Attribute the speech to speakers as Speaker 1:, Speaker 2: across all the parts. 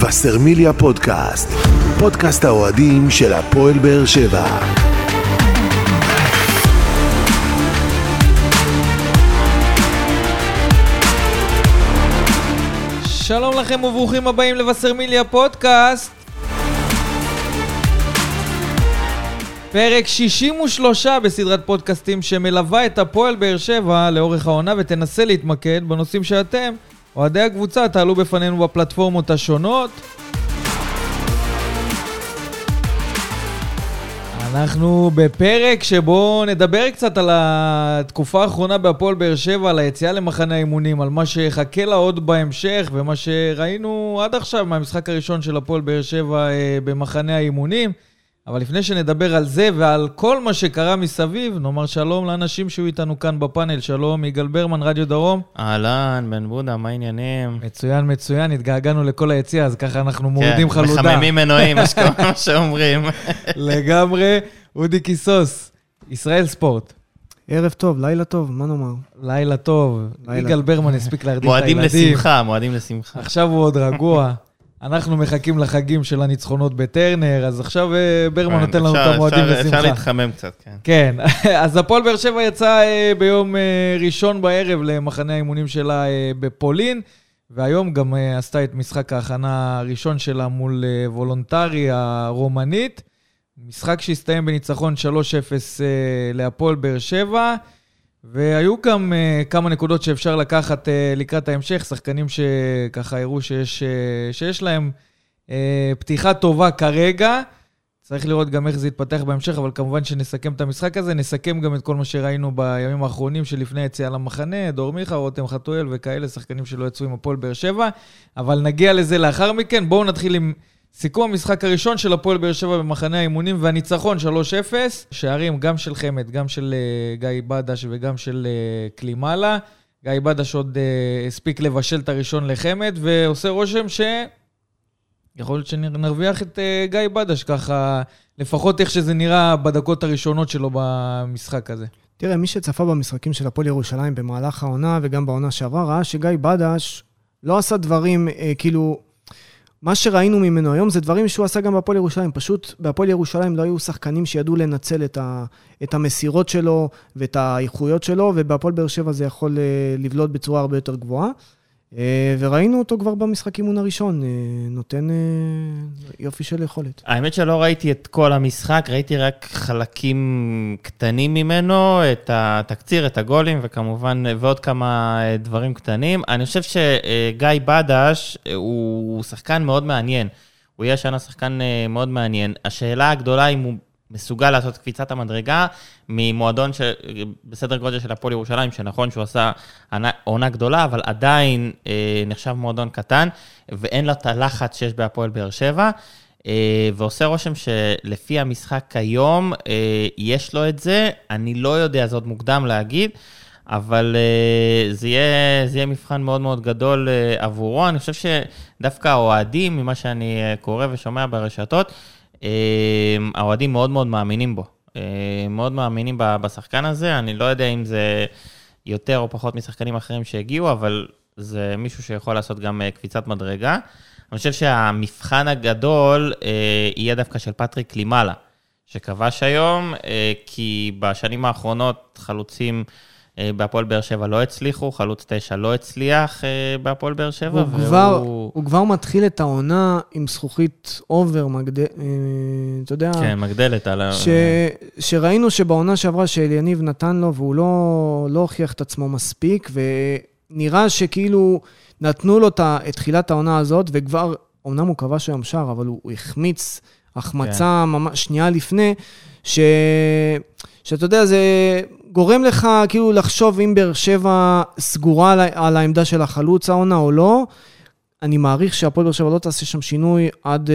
Speaker 1: וסרמיליה פודקאסט, פודקאסט האוהדים של הפועל באר שבע.
Speaker 2: שלום לכם וברוכים הבאים לווסרמיליה פודקאסט. פרק 63 בסדרת פודקאסטים שמלווה את הפועל באר שבע לאורך העונה ותנסה להתמקד בנושאים שאתם, אוהדי הקבוצה, תעלו בפנינו בפלטפורמות השונות. אנחנו בפרק שבו נדבר קצת על התקופה האחרונה בהפועל באר שבע, על היציאה למחנה האימונים, על מה שחכה לה עוד בהמשך ומה שראינו עד עכשיו מהמשחק הראשון של הפועל באר שבע במחנה האימונים. אבל לפני שנדבר על זה ועל כל מה שקרה מסביב, נאמר שלום לאנשים שהוא איתנו כאן בפאנל. שלום, יגאל ברמן, רדיו דרום.
Speaker 3: אהלן, בן בודה, מה העניינים?
Speaker 2: מצוין, התגעגענו לכל היציאה, אז ככה אנחנו מורידים חלודה.
Speaker 3: מחממים מנועים, מה שאומרים.
Speaker 2: לגמרי, אודי כיסוס, ישראל ספורט.
Speaker 4: ערב טוב, לילה טוב, מה נאמר?
Speaker 2: לילה טוב, יגאל ברמן הספיק להרדים את הילדים.
Speaker 3: מועדים לשמחה.
Speaker 2: עכשיו הוא עוד רגוע. אנחנו מחכים לחגים של הניצחונות בטרנר, אז עכשיו ברמן נותן לנו את המועדים לשמחה.
Speaker 3: אפשר להתחמם קצת, כן.
Speaker 2: כן, אז הפועל באר שבע יצא ביום ראשון בערב למחנה האימונים שלה בפולין, והיום גם עשתה את משחק ההכנה הראשון שלה מול וולונטרי הרומנית, משחק שהסתיים בניצחון 3-0 להפועל באר שבע, והיו גם כמה נקודות שאפשר לקחת לקראת ההמשך, שחקנים שככה הראו שיש להם פתיחה טובה כרגע, צריך לראות גם איך זה יתפתח בהמשך, אבל כמובן שנסכם את המשחק הזה, נסכם גם את כל מה שראינו בימים האחרונים שלפני יציאה למחנה, דור מיכה, רותם חתואל וכאלה, שחקנים שלא יצאו עם הפועל באר שבע, אבל נגיע לזה לאחר מכן. בואו נתחיל עם סיכום המשחק הראשון של הפועל באר שבע במחנה האימונים, והניצחון 3-0, שערים גם של חמד, גם של גיא בדש וגם של קלימאלה. גיא בדש עוד הספיק לבשל את הראשון לחמד, ועושה רושם יכול להיות שנרוויח את גיא בדש, ככה לפחות איך שזה נראה בדקות הראשונות שלו במשחק הזה.
Speaker 4: תראה, מי שצפה במשחקים של הפועל ירושלים במהלך העונה וגם בעונה שעברה, ראה שגיא בדש לא עשה דברים כאילו מה שראינו ממנו היום זה דברים שהוא עשה גם בהפועל ירושלים. פשוט בהפועל ירושלים לא היו שחקנים שידעו לנצל את המסירות שלו ואת האיכויות שלו, ובהפועל באר שבע זה יכול לבלוט בצורה הרבה יותר גבוהה. וראינו אותו כבר במשחק אימון הראשון, נותן יופי של יכולת.
Speaker 3: האמת שלא ראיתי את כל המשחק, ראיתי רק חלקים קטנים ממנו, את התקציר, את הגולים, וכמובן, ועוד כמה דברים קטנים. אני חושב שגיא בדש הוא שחקן מאוד מעניין. הוא יהיה שנה שחקן מאוד מעניין. השאלה הגדולה אם הוא מסוגל לעשות קפיצת המדרגה ממועדון בסדר גודל של הפועל ירושלים, שנכון שהוא עשה עונה גדולה, אבל עדיין נחשב מועדון קטן, ואין לו את הלחץ שיש בהפועל באר שבע, ועושה רושם שלפי המשחק היום יש לו את זה, אני לא יודע, זה עוד מוקדם להגיד, אבל זה יהיה מבחן מאוד מאוד גדול עבורו. אני חושב שדווקא האוהדים, ממה שאני קורא ושומע ברשתות, האוהדים מאוד מאוד מאמינים בו, מאוד מאמינים בשחקן הזה. אני לא יודע אם זה יותר או פחות משחקנים אחרים שהגיעו, אבל זה מישהו שיכול לעשות גם קפיצת מדרגה. אני חושב שהמבחן הגדול יהיה דווקא של פטריק קלימאלה, שכבש היום, כי בשנים האחרונות חלוצים בהפועל באר שבע לא הצליחו, חלוץ 9 לא הצליח בהפועל באר שבע.
Speaker 4: הוא כבר מתחיל את העונה עם זכוכית אובר, אתה יודע...
Speaker 3: כן, מגדלת על...
Speaker 4: שראינו שבעונה שעברה שאליניב נתן לו, והוא לא הוכיח את עצמו מספיק, ונראה שכאילו נתנו לו את תחילת העונה הזאת, וכבר, אמנם הוא כבש היום שער, אבל הוא החמיץ החמצה ממש שנייה לפני, שאתה יודע, זה גורם לך כאילו לחשוב אם באר שבע סגורה על העמדה של החלוץ העונה או לא. אני מעריך שהפועל באר שבע לא תעשה שם שינוי עד...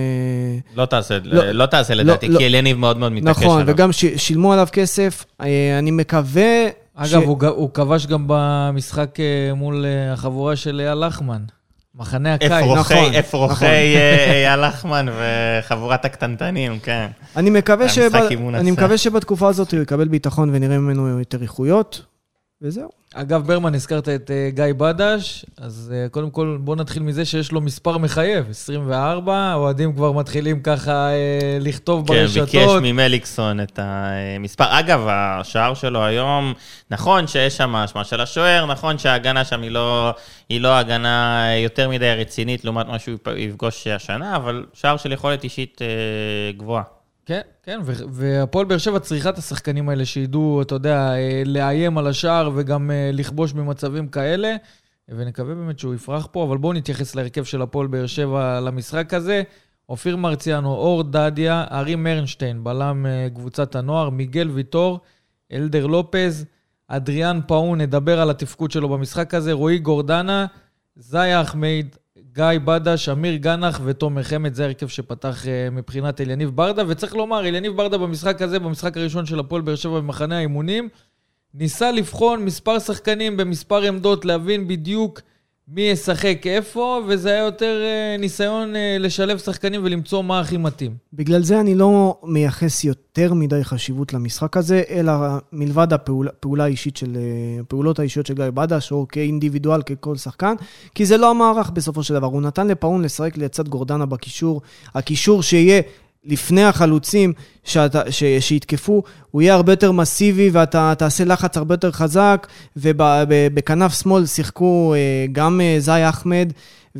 Speaker 3: לא תעשה לדעתי, כי אליניב מאוד מאוד מתעקש עליו.
Speaker 4: נכון, וגם שילמו עליו כסף. אני מקווה...
Speaker 2: אגב, הוא כבש גם במשחק מול החבורה של אייל לחמן. מחנה הקיץ,
Speaker 3: נכון. אפרוחי אייל לחמן וחבורת הקטנטנים, כן.
Speaker 4: אני מקווה שבתקופה הזאת הוא יקבל ביטחון ונראה ממנו יותר איכויות, וזהו.
Speaker 2: אגב, ברמן, הזכרת את גיא בדש, אז קודם כל בוא נתחיל מזה שיש לו מספר מחייב, 24, האוהדים כבר מתחילים ככה לכתוב ברשתות.
Speaker 3: כן, ביקש ממליקסון את המספר. אגב, השער שלו היום, נכון שיש שם אשמה של השוער, נכון שההגנה שם היא לא הגנה יותר מדי רצינית, לעומת מה שהוא יפגוש השנה, אבל שער של יכולת אישית גבוהה.
Speaker 2: כן, כן, והפועל באר שבע צריכה את השחקנים האלה שידעו, אתה יודע, לאיים על השער וגם לכבוש במצבים כאלה, ונקווה באמת שהוא יפרח פה, אבל בואו נתייחס להרכב של הפועל באר שבע למשחק הזה. אופיר מרציאנו, אור דדיה, ארי מרנשטיין, בלם קבוצת הנוער, מיגל ויטור, אלדר לופז, אדריאן פאון, נדבר על התפקוד שלו במשחק הזה, רועי גורדנה, זאיה אחמד, גיא בדש, אמיר גנח ותומר חמד, זה הרכב שפתח מבחינת אליניב ברדה, וצריך לומר, אליניב ברדה במשחק הזה, במשחק הראשון של הפועל באר שבע במחנה האימונים, ניסה לבחון מספר שחקנים במספר עמדות, להבין בדיוק מי ישחק איפה, וזה היה יותר ניסיון לשלב שחקנים ולמצוא מה הכי מתאים.
Speaker 4: בגלל זה אני לא מייחס יותר מדי חשיבות למשחק הזה, אלא מלבד הפעולות האישיות של גיא בדש, או כאינדיבידואל, ככל שחקן, כי זה לא המערך בסופו של דבר. הוא נתן לפאון לשחק לצד גורדנה בקישור, הקישור שיהיה לפני החלוצים שיתקפו, הוא יהיה הרבה יותר מסיבי, ואתה תעשה לחץ הרבה יותר חזק, ובכנף שמאל שיחקו גם זאי אחמד,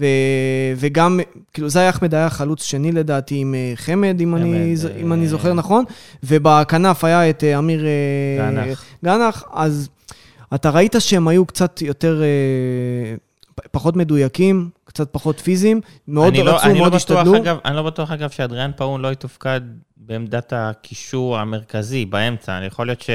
Speaker 4: וגם, כאילו זאי אחמד היה חלוץ שני לדעתי עם חמד, אם אני זוכר נכון, ובכנף היה את אמיר גנח, אז אתה ראית שהם היו קצת יותר, פחות מדויקים, קצת פחות פיזיים, מאוד רצו, מאוד השתדלו.
Speaker 3: אני לא בטוח אגב שאדריאן פאון לא יתופקד בעמדת הקישור המרכזי, באמצע. אני יכול להיות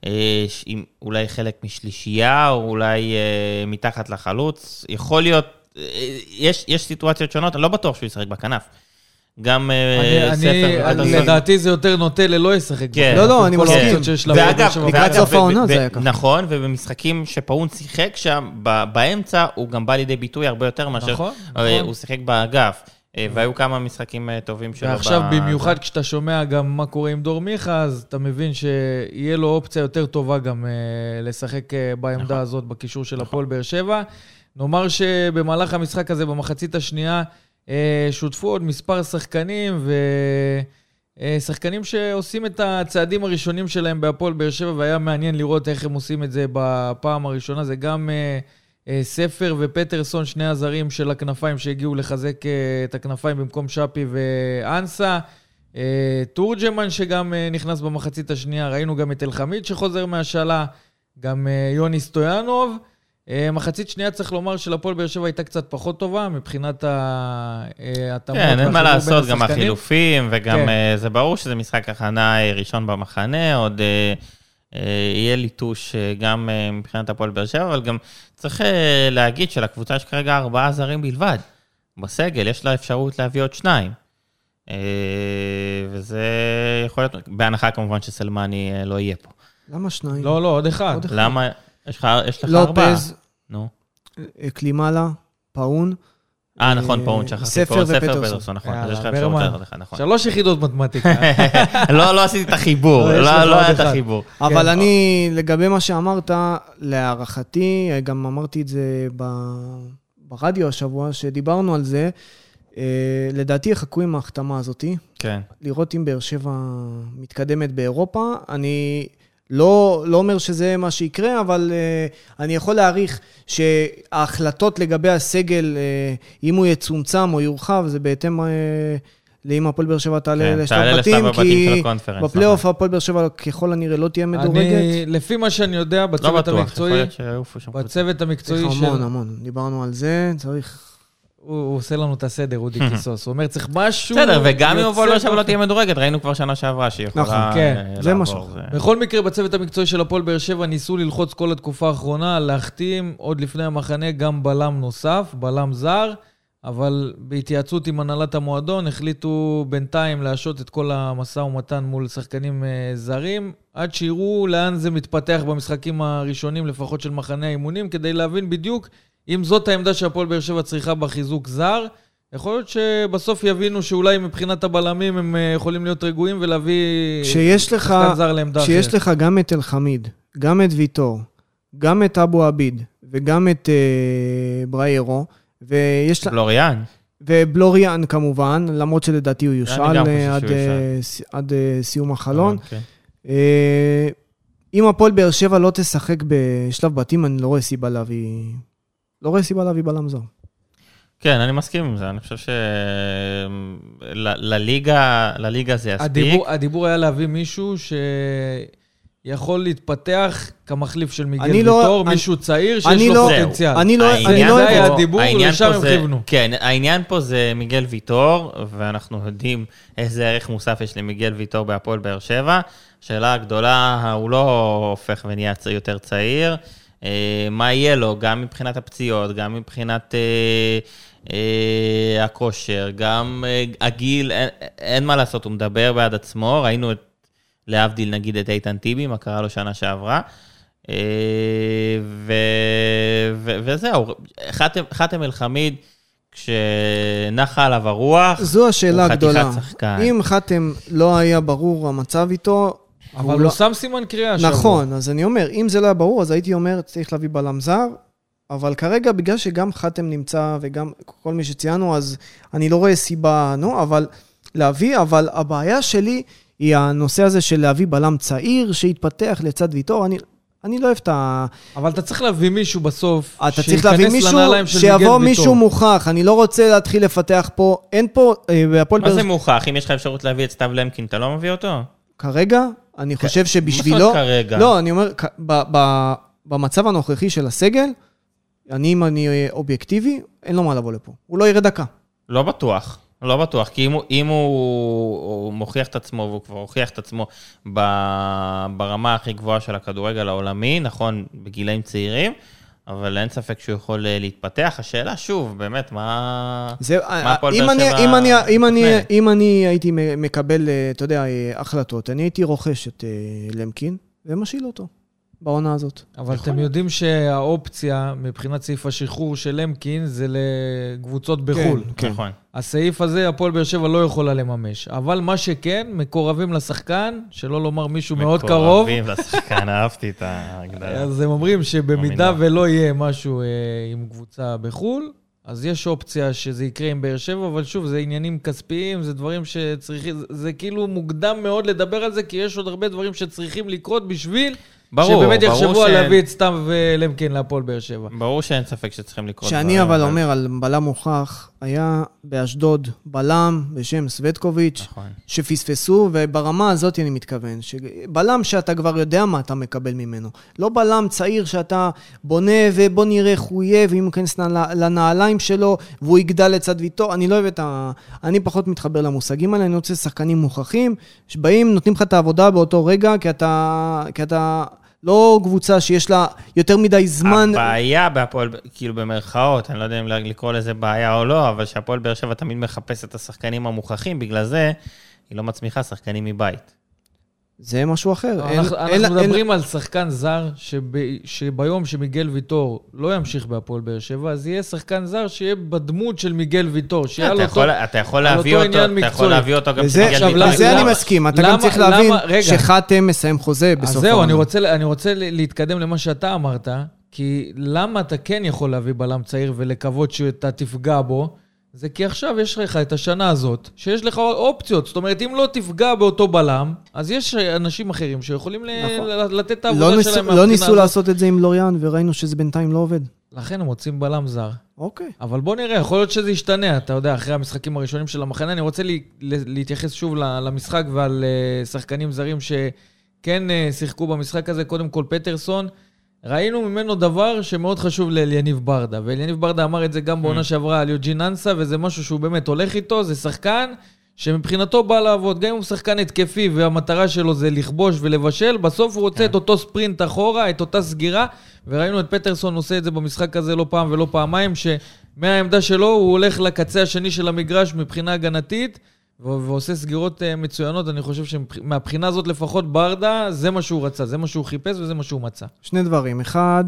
Speaker 3: שאולי חלק משלישייה, או אולי מתחת לחלוץ, יכול להיות, יש סיטואציות שונות, אני לא בטוח שהוא ישחק בכנף. גם
Speaker 2: ספר... לדעתי זה יותר נוטה ללא ישחק.
Speaker 4: לא, אני מסכים.
Speaker 2: ואגב,
Speaker 4: לקראת סוף העונה זה היה ככה.
Speaker 3: נכון, ובמשחקים שפאון שיחק שם, באמצע הוא גם בא לידי ביטוי הרבה יותר מאשר הוא שיחק באגף. והיו כמה משחקים טובים שלו.
Speaker 2: ועכשיו במיוחד כשאתה שומע גם מה קורה עם דור מיכה, אז אתה מבין שיהיה לו אופציה יותר טובה גם לשחק בעמדה הזאת בקישור של הפועל באר שבע. נאמר שבמהלך המשחק הזה, במחצית השנייה, שותפו עוד מספר שחקנים, ושחקנים שעושים את הצעדים הראשונים שלהם בהפועל באר שבע, והיה מעניין לראות איך הם עושים את זה בפעם הראשונה. זה גם ספר ופטרסון, שני הזרים של הכנפיים שהגיעו לחזק את הכנפיים במקום שפי ואנסה. תורג'מן שגם נכנס במחצית השנייה, ראינו גם את אלחמיד שחוזר מהשאלה, גם יוני סטויאנוב. מחצית שנייה צריך לומר שלפועל באר שבע הייתה קצת פחות טובה, מבחינת ההתאמות.
Speaker 3: כן, אין מה לעשות, גם החילופים, וגם זה ברור שזה משחק הכנה ראשון במחנה, עוד יהיה ליטוש גם מבחינת הפועל באר שבע, אבל גם צריך להגיד שלקבוצה יש כרגע 4 זרים בלבד. בסגל יש לה אפשרות להביא עוד 2. וזה יכול להיות, בהנחה כמובן שסלמני לא יהיה פה.
Speaker 4: למה 2?
Speaker 2: לא, עוד 1.
Speaker 3: למה? יש לך 4?
Speaker 4: לופז, קלימלה, פאון.
Speaker 3: נכון, פאון, שכחתי פה, ספר ופטרסון, נכון. יש לך אפשרות נכון.
Speaker 2: 3 יחידות מתמטיקה.
Speaker 3: לא עשיתי את החיבור, לא היה את החיבור.
Speaker 4: אבל אני, לגבי מה שאמרת, להערכתי, גם אמרתי את זה ברדיו השבוע, שדיברנו על זה, לדעתי יחכו עם ההחתמה הזאת, לראות אם באר שבע מתקדמת באירופה. אני לא אומר שזה מה שיקרה, אבל אני יכול להעריך שההחלטות לגבי הסגל, אם הוא יצומצם או יורחב, זה בהתאם לאם הפועל באר שבע תעלה לשלב בתים, כי בפלייאוף הפועל באר שבע ככל הנראה לא תהיה מדורגת.
Speaker 2: לפי מה שאני יודע, בצוות המקצועי,
Speaker 4: המון, דיברנו על זה, צריך...
Speaker 2: הוא עושה לנו את הסדר, אודי קיסוס. הוא אומר, צריך משהו...
Speaker 3: בסדר, וגם אם הפועל באר שבע לא תהיה מדורגת, ראינו כבר שנה שעברה שהיא יכולה...
Speaker 4: כן, זה משהו.
Speaker 2: בכל מקרה, בצוות המקצועי של הפועל באר שבע ניסו ללחוץ כל התקופה האחרונה, להחתים עוד לפני המחנה גם בלם נוסף, בלם זר, אבל בהתייעצות עם הנהלת המועדון, החליטו בינתיים להשעות את כל המשא ומתן מול שחקנים זרים, עד שיראו לאן זה מתפתח במשחקים הראשונים, לפחות של מחנה האימונים, כדי להבין בדיוק אם זאת העמדה שהפועל באר שבע צריכה בחיזוק זר. יכול להיות שבסוף יבינו שאולי מבחינת הבלמים הם יכולים להיות רגועים ולהביא שחקן זר לעמדה אחרת.
Speaker 4: שיש לך גם את אלחמיד, גם את ויטור, גם את אבו עביד, וגם את בריירו, ויש...
Speaker 3: בלוריאן.
Speaker 4: ובלוריאן כמובן, למרות שלדעתי הוא יושאל עד סיום החלון. אם הפועל באר שבע לא תשחק בשלב בתים, אני לא רואה סיבה להביא בלם זר.
Speaker 3: כן, אני מסכים עם זה. אני חושב לליגה זה יספיק.
Speaker 2: הדיבור היה להביא מישהו שיכול להתפתח כמחליף של מיגל ויטור, מישהו צעיר שיש לו פוטנציאל. זה היה הדיבור, לשם הם כיוונו.
Speaker 3: כן, העניין פה זה מיגל ויטור, ואנחנו יודעים איזה ערך מוסף יש למיגל ויטור בהפועל באר שבע. השאלה הגדולה, הוא לא הופך ונהיה יותר צעיר. מה יהיה לו, גם מבחינת הפציעות, גם מבחינת הכושר, גם הגיל, אין מה לעשות, הוא מדבר בעד עצמו, ראינו להבדיל נגיד את איתן טיבי, מה קרה לו שנה שעברה, וזהו, חתם אל חמיד, כשנחה עליו הרוח,
Speaker 4: זו השאלה הגדולה. אם חתם לא היה ברור המצב איתו,
Speaker 2: אבל הוא שם סימן קריאה.
Speaker 4: נכון, אז אני אומר, אם זה לא היה ברור, אז הייתי אומר, צריך להביא בלם זר, אבל כרגע, בגלל שגם חתם נמצא, וגם כל מי שציינו, אז אני לא רואה סיבה, אבל להביא, אבל הבעיה שלי, היא הנושא הזה של להביא בלם צעיר, שהתפתח לצד ויטור, אני לא אוהב את ה...
Speaker 2: אבל אתה צריך להביא מישהו בסוף,
Speaker 4: אתה צריך להביא מישהו, שיבוא מישהו מוכח, אני לא רוצה להתחיל לפתח פה, אין פה...
Speaker 3: מה זה מוכח? אם יש לך אפשרות להביא את סתיו למקין, אתה לא מביא אותו?
Speaker 4: כרגע, אני חושב שבשבילו... לא, אני אומר, במצב הנוכחי של הסגל, אם אני אובייקטיבי, אין לו מה לבוא לפה. הוא לא ירד דקה.
Speaker 3: לא בטוח. לא בטוח, כי אם הוא מוכיח את עצמו, והוא כבר הוכיח את עצמו ברמה הכי גבוהה של הכדורגל העולמי, נכון, בגילאים צעירים, אבל אין ספק שהוא יכול להתפתח. השאלה שוב, באמת, מה הפועל באר שבע...
Speaker 4: אם אני הייתי מקבל, אתה יודע, החלטות, אני הייתי רוכש את למקין, ומשאיל אותו בעונה הזאת.
Speaker 2: אבל אתם יודעים שהאופציה, מבחינת סעיף השחרור של למקין, זה לקבוצות בחול.
Speaker 3: כן. נכון.
Speaker 2: הסעיף הזה, הפועל באר שבע לא יכולה לממש. אבל מה שכן, מקורבים לשחקן, שלא לומר מישהו מאוד קרוב.
Speaker 3: מקורבים לשחקן, אהבתי את ההגדרה.
Speaker 2: אז הם אומרים שבמידה ולא יהיה משהו עם קבוצה בחול, אז יש אופציה שזה יקרה עם באר שבע, אבל שוב, זה עניינים כספיים, זה דברים שצריכים, זה כאילו מוקדם מאוד לדבר על זה, כי יש עוד הרבה דברים שצריכים לקרות בשביל... שבאמת יחשבו על להביא את סתיו ולמקין להפועל באר שבע.
Speaker 3: ברור שאין ספק שצריכים לקרות.
Speaker 4: שאני אבל אומר על בלם מוכח, היה באשדוד בלם בשם סווטקוביץ', שפספסו, וברמה הזאת אני מתכוון, בלם שאתה כבר יודע מה אתה מקבל ממנו. לא בלם צעיר שאתה בונה ובוא נראה איך הוא יהיה, ואם הוא כנס לנעליים שלו, והוא יגדל לצד ויטור, אני לא אוהב את אני פחות מתחבר למושגים האלה, אני רוצה שחקנים מוכחים, שבאים, נותנים לך את העבודה באותו רגע, כי אתה לא קבוצה שיש לה יותר מדי זמן.
Speaker 3: הבעיה בהפועל, כאילו במרכאות, אני לא יודע אם לקרוא לזה בעיה או לא, אבל שהפועל באר שבע תמיד מחפש את השחקנים המוכחים, בגלל זה היא לא מצמיחה שחקנים מבית.
Speaker 4: זה משהו אחר.
Speaker 2: אנחנו מדברים על שחקן זר, שביום שמיגל ויטור לא ימשיך בהפועל באר שבע, אז יהיה שחקן זר שיהיה בדמות של מיגל ויטור.
Speaker 3: אתה יכול להביא אותו גם של מיגל ויטור.
Speaker 4: לזה אני מסכים, אתה גם צריך להבין שחתם מסיים חוזה בסוף העונה.
Speaker 2: אז זהו, אני רוצה להתקדם למה שאתה אמרת, כי למה אתה כן יכול להביא בלם צעיר ולקוות שאתה תפגע בו, זה כי עכשיו יש לך את השנה הזאת, שיש לך אופציות. זאת אומרת, אם לא תפגע באותו בלם, אז יש אנשים אחרים שיכולים לתת את העבודה שלהם.
Speaker 4: לא ניסו לעשות את זה עם לוריאן, וראינו שזה בינתיים לא עובד.
Speaker 2: לכן הם רוצים בלם זר.
Speaker 4: אוקיי.
Speaker 2: אבל בוא נראה, יכול להיות שזה ישתנה. אתה יודע, אחרי המשחקים הראשונים של המחנה, אני רוצה להתייחס שוב למשחק ועל שחקנים זרים שכן שיחקו במשחק הזה. קודם כל פטרסון, ראינו ממנו דבר שמאוד חשוב לאליניב ברדה, ואליניב ברדה אמר את זה גם בעונה שעברה על יוג'ין אנסה, וזה משהו שהוא באמת הולך איתו, זה שחקן שמבחינתו בא לעבוד, גם אם הוא שחקן התקפי, והמטרה שלו זה לכבוש ולבשל, בסוף הוא רוצה את אותו ספרינט אחורה, את אותה סגירה, וראינו את פטרסון עושה את זה במשחק הזה לא פעם ולא פעמיים, שמהעמדה שלו הוא הולך לקצה השני של המגרש מבחינה הגנתית, ועושה סגירות מצוינות. אני חושב שמהבחינה הזאת לפחות ברדה, זה מה שהוא רצה, זה מה שהוא חיפש וזה מה שהוא מצא.
Speaker 4: שני דברים. אחד,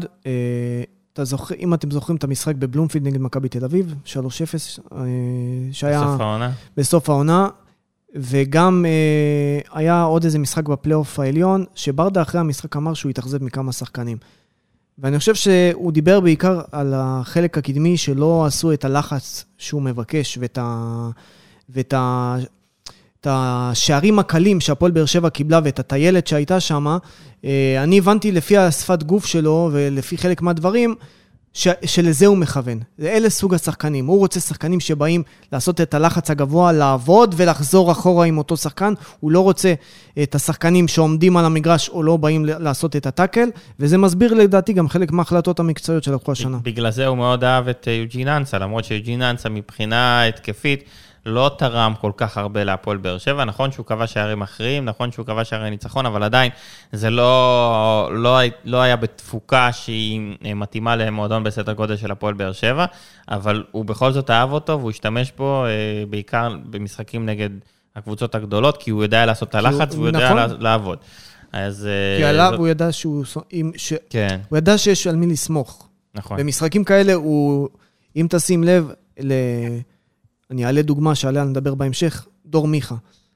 Speaker 4: אם אתם זוכרים את המשחק בבלומפילד נגד מכבי תל אביב, 3-0, שהיה בסוף העונה, וגם היה עוד איזה משחק בפלייאוף העליון, שברדה אחרי המשחק אמר שהוא יתאכזב מכמה שחקנים. ואני חושב שהוא דיבר בעיקר על החלק הקדמי שלא עשו את הלחץ שהוא מבקש, ואת השערים הקלים שהפועל באר שבע קיבלה, ואת הטיילת שהייתה שם. אני הבנתי לפי השפת גוף שלו, ולפי חלק מהדברים, שלזה הוא מכוון. אלה סוג השחקנים. הוא רוצה שחקנים שבאים לעשות את הלחץ הגבוה, לעבוד ולחזור אחורה עם אותו שחקן. הוא לא רוצה את השחקנים שעומדים על המגרש או לא באים לעשות את הטאקל, וזה מסביר לדעתי גם חלק מההחלטות המקצועיות של לקחו השנה.
Speaker 3: בגלל זה הוא מאוד אהב את יוג'ין אנסה, למרות שיוג'ין אנסה מבחינה התקפית לא תרם כל כך הרבה להפועל באר שבע. נכון שהוא קבע שערים אחרים, נכון שהוא קבע שערי ניצחון, אבל עדיין זה לא היה בתפוקה שהיא מתאימה למועדון בסדר גודל של הפועל באר שבע, אבל הוא בכל זאת אהב אותו, והוא השתמש בו בעיקר במשחקים נגד הקבוצות הגדולות, כי הוא יודע לעשות את הלחץ, והוא יודע לעבוד.
Speaker 4: כי עליו הוא ידע הוא ידע שיש על מי לסמוך.
Speaker 3: נכון.
Speaker 4: במשחקים כאלה אם תשים לב אני אעלה דוגמה שעליה נדבר בהמשך, דור מיכה.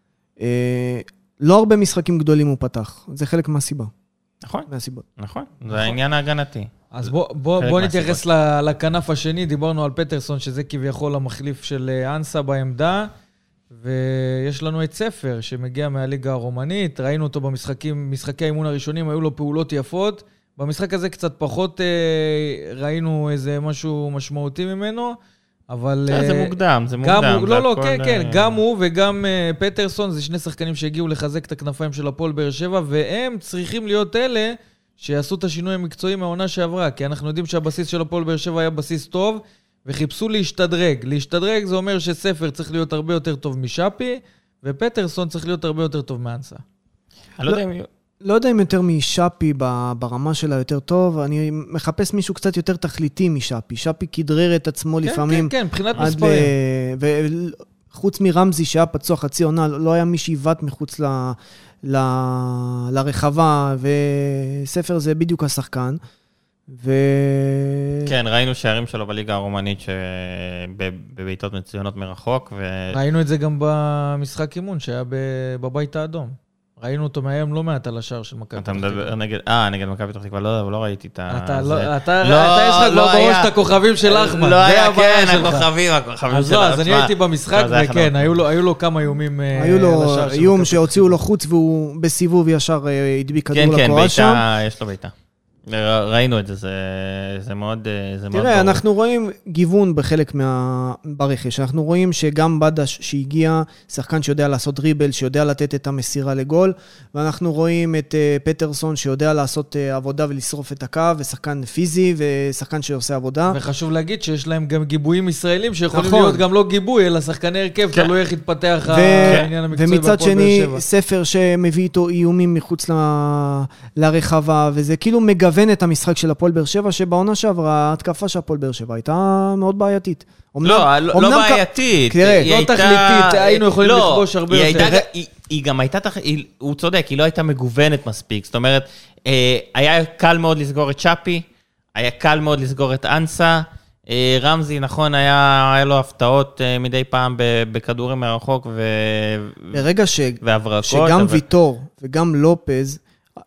Speaker 4: לא הרבה משחקים גדולים הוא פתח. זה חלק מהסיבה.
Speaker 3: נכון.
Speaker 4: מהסיבות.
Speaker 3: נכון. זה העניין ההגנתי.
Speaker 2: אז בוא נתייחס לכנף השני. דיברנו על פטרסון, שזה כביכול המחליף של אנסה בעמדה, ויש לנו את ספר שמגיע מהליגה הרומנית. ראינו אותו משחקי האימון הראשונים, היו לו פעולות יפות. במשחק הזה קצת פחות ראינו איזה משהו משמעותי ממנו. אבל
Speaker 3: זה מוקדם, זה מוקדם.
Speaker 2: לא, כן, גם הוא וגם פטרסון, זה שני שחקנים שהגיעו לחזק את הכנפיים של הפועל באר שבע, והם צריכים להיות אלה שיעשו את השינוי המקצועי מהעונה שעברה, כי אנחנו יודעים שהבסיס של הפועל באר שבע היה בסיס טוב, וחיפשו להשתדרג. להשתדרג זה אומר שספר צריך להיות הרבה יותר טוב משאפי, ופטרסון צריך להיות הרבה יותר טוב מאנסה.
Speaker 4: לא יודע אם יותר משאפי ברמה שלה יותר טוב, אני מחפש מישהו קצת יותר תכליתי משאפי. שפי כדרר את עצמו לפעמים.
Speaker 2: כן, מבחינת מספרים.
Speaker 4: וחוץ מרמזי שהיה פצוע חצי עונה, לא היה מי שיבט מחוץ לרחבה, וספר זה בדיוק השחקן.
Speaker 3: כן, ראינו שערים שלו בליגה הרומנית בביתות מצוינות מרחוק.
Speaker 2: ראינו את זה גם במשחק אימון שהיה בבית האדום. ראינו אותו מהיום לא מעט על השער של מכבי.
Speaker 3: אתה מדבר נגד מכבי פתח תקווה, לא ראיתי את ה...
Speaker 2: אתה יש לך כבר בראש את הכוכבים של אחמד.
Speaker 3: לא היה, כן, הכוכבים של...
Speaker 2: אז אני הייתי במשחק, וכן, היו לו כמה איומים על השער של מכבי.
Speaker 4: היו לו איום שהוציאו לו חוץ, והוא בסיבוב ישר הדביק כדור לקורה שם.
Speaker 3: כן, יש לו ביתה. ראינו את זה, זה מאוד...
Speaker 4: תראה, אנחנו רואים גיוון בחלק ברכש. אנחנו רואים שגם בדש שהגיע, שחקן שיודע לעשות דריבל, שיודע לתת את המסירה לגול, ואנחנו רואים את פטרסון שיודע לעשות עבודה ולשרוף את הקו, ושחקן פיזי, ושחקן שעושה עבודה.
Speaker 2: וחשוב להגיד שיש להם גם גיבויים ישראלים, שיכולים להיות גם לא גיבוי, אלא שחקני הרכב, תלוי איך יתפתח העניין המקצועי.
Speaker 4: ומצד שני, ספר שמביא איתו איומים מחוץ לרחבה, וזה כאילו מגוון את המשחק של הפועל באר שבע, שבעונה שעברה, ההתקפה של הפועל באר שבע הייתה מאוד בעייתית.
Speaker 3: לא בעייתית.
Speaker 2: לא תכליתית, היינו יכולים לכבוש הרבה יותר.
Speaker 3: היא גם הייתה, הוא צודק, היא לא הייתה מגוונת מספיק. זאת אומרת, היה קל מאוד לסגור את שפי, היה קל מאוד לסגור את אנסה, רמזי, נכון, היה לו הפתעות מדי פעם בכדורים מרחוק
Speaker 4: ברגע שגם ויטור וגם לופז,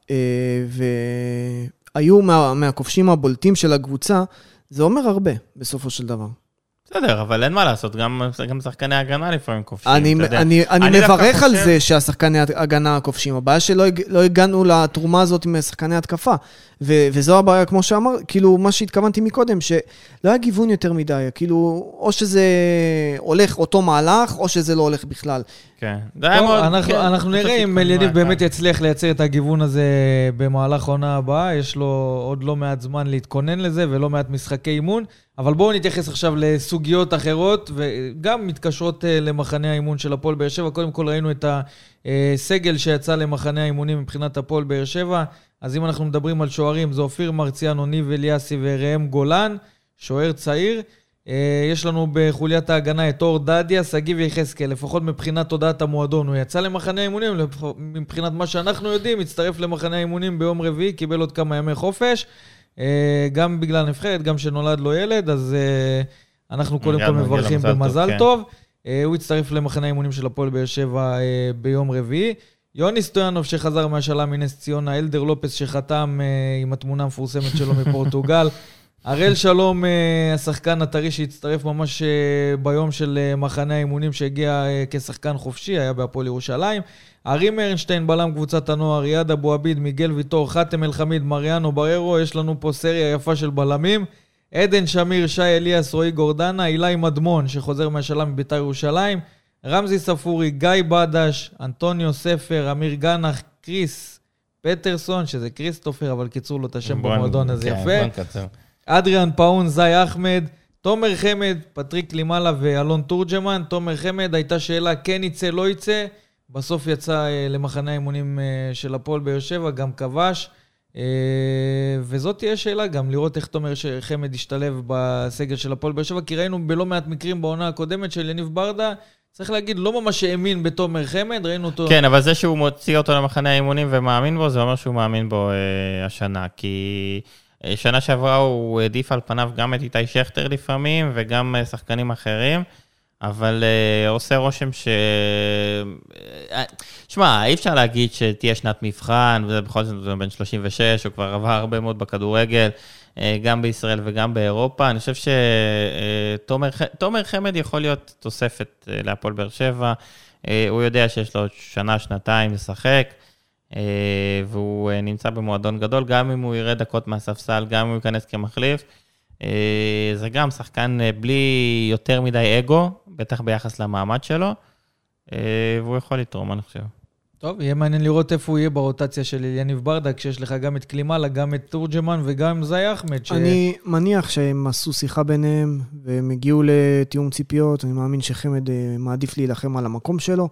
Speaker 4: היו מהכובשים הבולטים של הקבוצה, זה אומר הרבה בסופו של דבר.
Speaker 3: בסדר, אבל אין מה לעשות, גם שחקני הגנה לפעמים כובשים.
Speaker 4: אני מברך על זה שהשחקני הגנה כובשים, הבעיה שלא הגענו לתרומה הזאת עם שחקני התקפה, וזו הבעיה, כמו שאמר, כאילו מה שהתכוונתי מקודם, שלא היה גיוון יותר מדי, כאילו או שזה הולך אותו מהלך, או שזה לא הולך בכלל.
Speaker 3: כן.
Speaker 2: אנחנו נראה אם אליניב באמת יצליח לייצר את הגיוון הזה במהלך העונה הבאה, יש לו עוד לא מעט זמן להתכונן לזה, ולא מעט משחקי אימון, אבל בואו נתייחס עכשיו לסוגיות אחרות, וגם מתקשרות למחנה האימון של הפועל באר שבע. קודם כל ראינו את הסגל שיצא למחנה האימונים מבחינת הפועל באר שבע, אז אם אנחנו מדברים על שוערים, זה אופיר מרציאנו, ניב אליאסי וראם גולן, שוער צעיר. יש לנו בחוליית ההגנה את אור דדיה, סגיב יחזקאל, לפחות מבחינת תודעת המועדון, הוא יצא למחנה האימונים, מבחינת מה שאנחנו יודעים, הצטרף למחנה האימונים ביום רביעי, קיבל עוד כמה ימי חופש, גם בגלל נבחרת, גם שנולד לו ילד, אז אנחנו קודם כל מברכים במזל טוב. הוא הצטרף למחנה האימונים של הפועל באר שבע ביום רביעי. יוני סטויאנוב שחזר מהשאלה מנס ציונה, אלדר לופס שחתם עם התמונה המפורסמת שלו מפורטוגל, הראל שלום, השחקן הטרי שהצטרף ממש ביום של מחנה האימונים שהגיע כשחקן חופשי, היה בהפועל ירושלים, ארים ארנשטיין, בלם קבוצת הנוער, ריאד אבו עביד, מיגל ויטור, חתם אל חמיד, מריאנו בררו, יש לנו פה סריה יפה של בלמים, עדן שמיר, שי אליאס, רועי גורדנה, אילי מדמון שחוזר מהשאלה מביתר ירושלים, רמזי ספורי, גיא בדש, אנטוניו ספר, אמיר גנח, קריס פטרסון, שזה קריסטופר, אבל קיצור לו את השם במועדון הזה יפה. אדריאן פאון, זי אחמד, תומר חמד, פטריק לימאלה ואלון תורג'מן. תומר חמד, הייתה שאלה כן יצא, לא יצא. בסוף יצא למחנה האימונים של הפועל באר שבע, גם כבש. וזאת תהיה שאלה גם, לראות איך תומר חמד ישתלב בסגל של הפועל באר שבע, כי ראינו בלא מעט מקרים בעונה הקודמת של יניב ברדה, צריך להגיד, לא ממש האמין בתומר חמד, ראינו אותו...
Speaker 3: כן, אבל זה שהוא מוציא אותו למחנה האימונים ומאמין בו, זה אומר שהוא מאמין בו השנה, כי שנה שעברה הוא העדיף על פניו גם את איתי שכטר לפעמים, וגם שחקנים אחרים, אבל עושה רושם ש... שמע, אי אפשר להגיד שתהיה שנת מבחן, וזה בכל זאת בן 36, הוא כבר עבר הרבה מאוד בכדורגל, גם בישראל וגם באירופה. אני חושב שתומר חמד יכול להיות תוספת להפועל באר שבע, הוא יודע שיש לו שנה, שנתיים לשחק, והוא נמצא במועדון גדול, גם אם הוא ירד דקות מהספסל, גם אם הוא ייכנס כמחליף, זה גם שחקן בלי יותר מדי אגו, בטח ביחס למעמד שלו, והוא יכול לתרום, אני חושב.
Speaker 2: טוב, יהיה מעניין לראות איפה הוא יהיה ברוטציה של יניב ברדה, כשיש לך גם את קלימאלה, גם את תורג'מן וגם זי אחמד.
Speaker 4: אני מניח שהם עשו שיחה ביניהם, והם הגיעו לתיאום ציפיות, אני מאמין שחמד מעדיף להילחם על המקום שלו.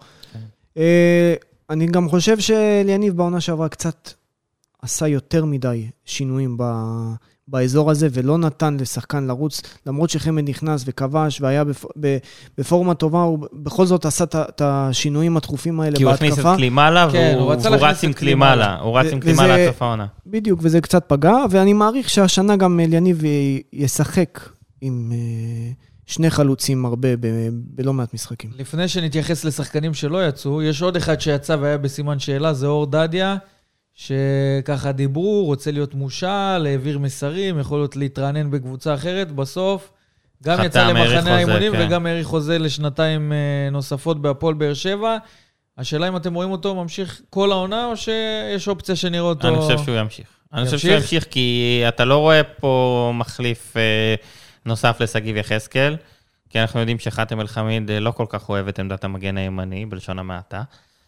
Speaker 4: אני גם חושב שליניב בעונה שעברה קצת עשה יותר מדי שינויים באזור הזה, ולא נתן לשחקן לרוץ, למרות שחמד נכנס וכבש, והיה בפורמה טובה, הוא בכל זאת עשה את השינויים התכופים האלה בהתקפה.
Speaker 3: כי הוא הכניס את קלימאלה, והוא רץ עם קלימאלה, הוא רץ עם קלימאלה עד סוף העונה.
Speaker 4: בדיוק, וזה קצת פגע, ואני מעריך שהשנה גם ליניב ישחק עם שני חלוצים הרבה בלא מעט משחקים.
Speaker 2: לפני שנתייחס לשחקנים שלא יצאו, יש עוד אחד שיצא והיה בסימן שאלה, זה אור דדיה, שככה דיברו, רוצה להיות מושל, להעביר מסרים, יכול להיות להתרענן בקבוצה אחרת, בסוף גם יצא למחנה האימונים וגם העריך חוזה לשנתיים נוספות בהפועל באר שבע. השאלה אם אתם רואים אותו ממשיך כל העונה, או שיש אופציה שנראה אותו...
Speaker 3: אני חושב שהוא ימשיך. אני חושב שהוא ימשיך, כי אתה לא רואה פה מחליף נוסף לסגיב יחזקאל, כי אנחנו יודעים שחתם אל חמיד לא כל כך אוהב את עמדת המגן הימני, בלשון המעטה.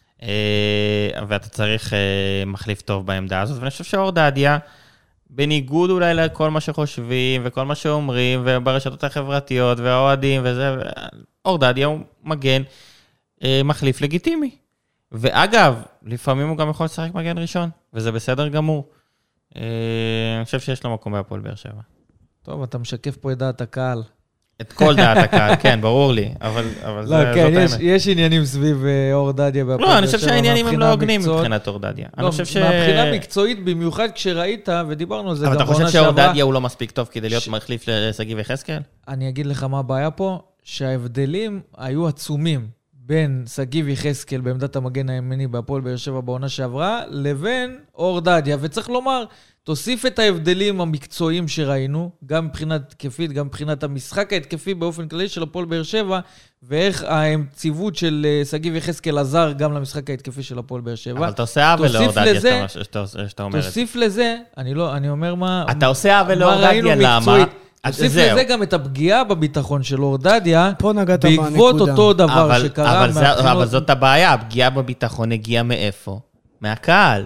Speaker 3: ואתה צריך מחליף טוב בעמדה הזאת, ואני חושב שאור דדיה, בניגוד אולי לכל מה שחושבים, וכל מה שאומרים, וברשתות החברתיות, והאוהדים, וזה, אור דדיה הוא מגן מחליף לגיטימי. ואגב, לפעמים הוא גם יכול לשחק מגן ראשון, וזה בסדר גמור. אני חושב שיש לו מקום בהפועל באר שבע.
Speaker 2: טוב, אתה משקף פה את דעת הקהל.
Speaker 3: את כל דעת הקהל, כן, ברור לי, אבל זאת
Speaker 2: האמת. יש עניינים סביב אור דדיה.
Speaker 3: לא, אני חושב שהעניינים הם לא הוגנים מבחינת אור דדיה.
Speaker 2: מהבחינה מקצועית, במיוחד כשראית, ודיברנו על זה גם
Speaker 3: בעונה שעברה. אבל אתה חושב שאור דדיה הוא לא מספיק טוב כדי להיות מחליף לסגיב יחזקאל?
Speaker 2: אני אגיד לך מה הבעיה פה, שההבדלים היו עצומים בין סגיב יחזקאל בעמדת המגן הימני בהפועל באר שבע בעונה שעברה, לבין אור דדיה, וצריך לומר, תוסיף את ההבדלים המקצועיים שראינו, גם מבחינת התקפית, גם מבחינת המשחק ההתקפי באופן כללי של הפועל באר שבע, ואיך הציוות של סגיב יחזקאל עזר גם למשחק ההתקפי של הפועל באר שבע.
Speaker 3: אבל אתה עושה עוול לאור דדיה, שאתה אומר את זה.
Speaker 2: תוסיף לזה, אני אומר מה...
Speaker 3: אתה עושה עוול לאור דדיה, למה?
Speaker 2: תוסיף לזה גם את הפגיעה בביטחון של אור דדיה, בעקבות אותו דבר שקרה מהבחינות.
Speaker 3: אבל זאת הבעיה, הפגיעה בביטחון הגיעה מאיפה? מהקהל.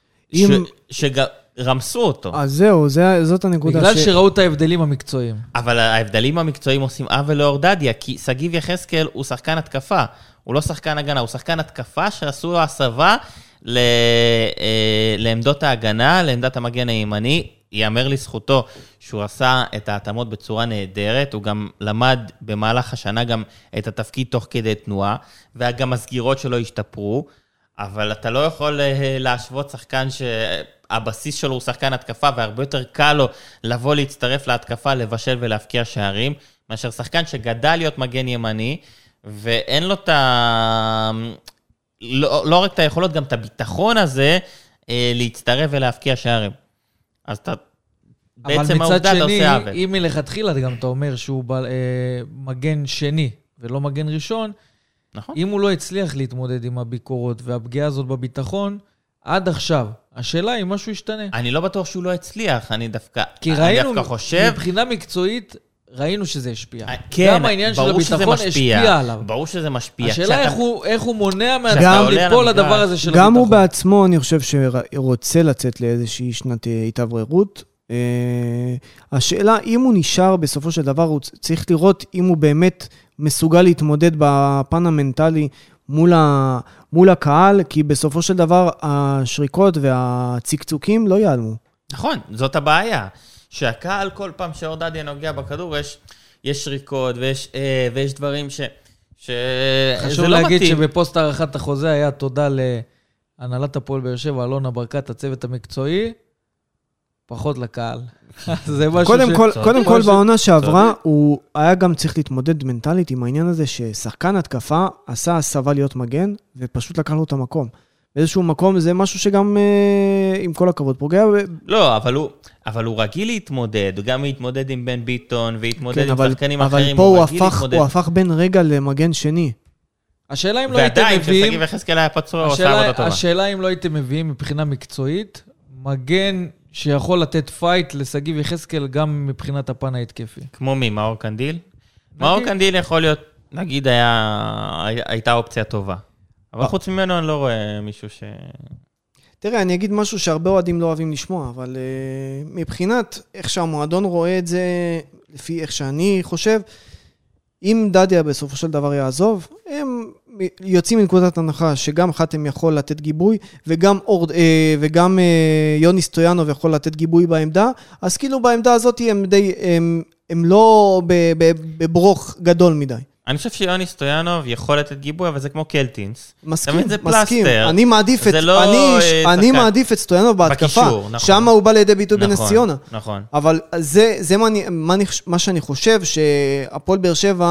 Speaker 3: רמסו אותו.
Speaker 4: אז זהו, זאת הנקודה.
Speaker 2: בגלל שראו את ההבדלים המקצועיים.
Speaker 3: אבל ההבדלים המקצועיים עושים עוול לאור דדיה, כי סגיב יחזקאל הוא שחקן התקפה, הוא לא שחקן הגנה, הוא שחקן התקפה שעשו לו הסבה לעמדות ההגנה, לעמדת המגן הימני. יאמר לזכותו שהוא עשה את ההתאמות בצורה נהדרת, הוא גם למד במהלך השנה גם את התפקיד תוך כדי תנועה, וגם הסגירות שלו השתפרו, אבל אתה לא יכול להשוות שחקן שהבסיס שלו הוא שחקן התקפה, והרבה יותר קל לו לבוא להצטרף להתקפה, לבשל ולהפקיע שערים, מאשר שחקן שגדל להיות מגן ימני, ואין לו לא רק את היכולות, גם את הביטחון הזה, להצטרף ולהפקיע שערים. אז אתה, בעצם העובדה אתה עושה עוול.
Speaker 2: אבל מצד שני, אם מלכתחילה גם אתה אומר שהוא מגן שני ולא מגן ראשון,
Speaker 3: נכון.
Speaker 2: אם הוא לא הצליח להתמודד עם הביקורות והפגיעה הזאת בביטחון, עד עכשיו, השאלה היא משהו ישתנה.
Speaker 3: אני לא בטוח שהוא לא הצליח, אני דווקא חושב...
Speaker 2: מבחינה מקצועית, ראינו שזה השפיע.
Speaker 3: כן,
Speaker 2: גם העניין של הביטחון השפיע עליו.
Speaker 3: ברור שזה משפיע.
Speaker 2: השאלה איך הוא מונע מעצמו ליפול לדבר הזה של הביטחון.
Speaker 4: גם הוא בעצמו, אני חושב שרוצה לצאת לאיזושהי שנת התאווררות. השאלה, אם הוא נשאר בסופו של דבר, הוא צריך לראות אם הוא באמת מסוגל להתמודד בפן המנטלי מול הקהל, כי בסופו של דבר השריקות והצקצוקים לא ייעלמו.
Speaker 3: נכון, זאת הבעיה. שהקהל כל פעם שאורדדיה נוגע בכדור, יש שריקות ויש דברים
Speaker 2: חשוב להגיד שבפוסט הערכת החוזה היה תודה להנהלת הפועל באר שבע, אלונה ברקת, הצוות המקצועי, פחות לקהל.
Speaker 4: קודם כל בעונה שעברה, הוא היה גם צריך להתמודד מנטלית עם העניין הזה ששחקן התקפה עשה הסבה להיות מגן, ופשוט לקח לו את המקום. באיזשהו מקום זה משהו שגם עם כל הכבוד פוגע.
Speaker 3: לא, אבל הוא רגיל להתמודד, הוא גם להתמודד עם בן ביטון, והתמודד עם שחקנים אחרים, הוא רגיל להתמודד.
Speaker 4: אבל פה הוא הפך בין רגע למגן שני.
Speaker 2: השאלה אם לא הייתם מביאים...
Speaker 3: ועדיין, כששגיב יחזקאל היה פצוע, הוא עושה עבודה טובה.
Speaker 2: השאלה אם לא הייתם מביאים מבחינה מקצועית, מגן שיכול לתת פייט לסגיב יחזקאל גם מבחינת הפן ההתקפי.
Speaker 3: כמו מי? מאור קנדיל? מאור קנדיל יכול להיות, נגיד, הייתה אופציה טובה. אבל חוץ ממנו אני לא רואה מישהו ש...
Speaker 4: תראה, אני אגיד משהו שהרבה אוהדים לא אוהבים לשמוע, אבל מבחינת איך שהמועדון רואה את זה, לפי איך שאני חושב, אם דדיה בסופו של דבר יעזוב, הם יוצאים מנקודת הנחה שגם חתם יכול לתת גיבוי, וגם יוני סטויאנוב יכול לתת גיבוי בעמדה, אז כאילו בעמדה הזאת הם לא בברוך גדול מדי.
Speaker 3: אני חושב שיוני סטויאנוב יכול לתת גיבוי, אבל זה כמו קלטינס.
Speaker 4: מסכים. אני מעדיף את סטויאנוב בהתקפה. שם הוא בא לידי ביטוי בנס ציונה.
Speaker 3: נכון.
Speaker 4: אבל זה מה שאני חושב, שהפועל באר שבע,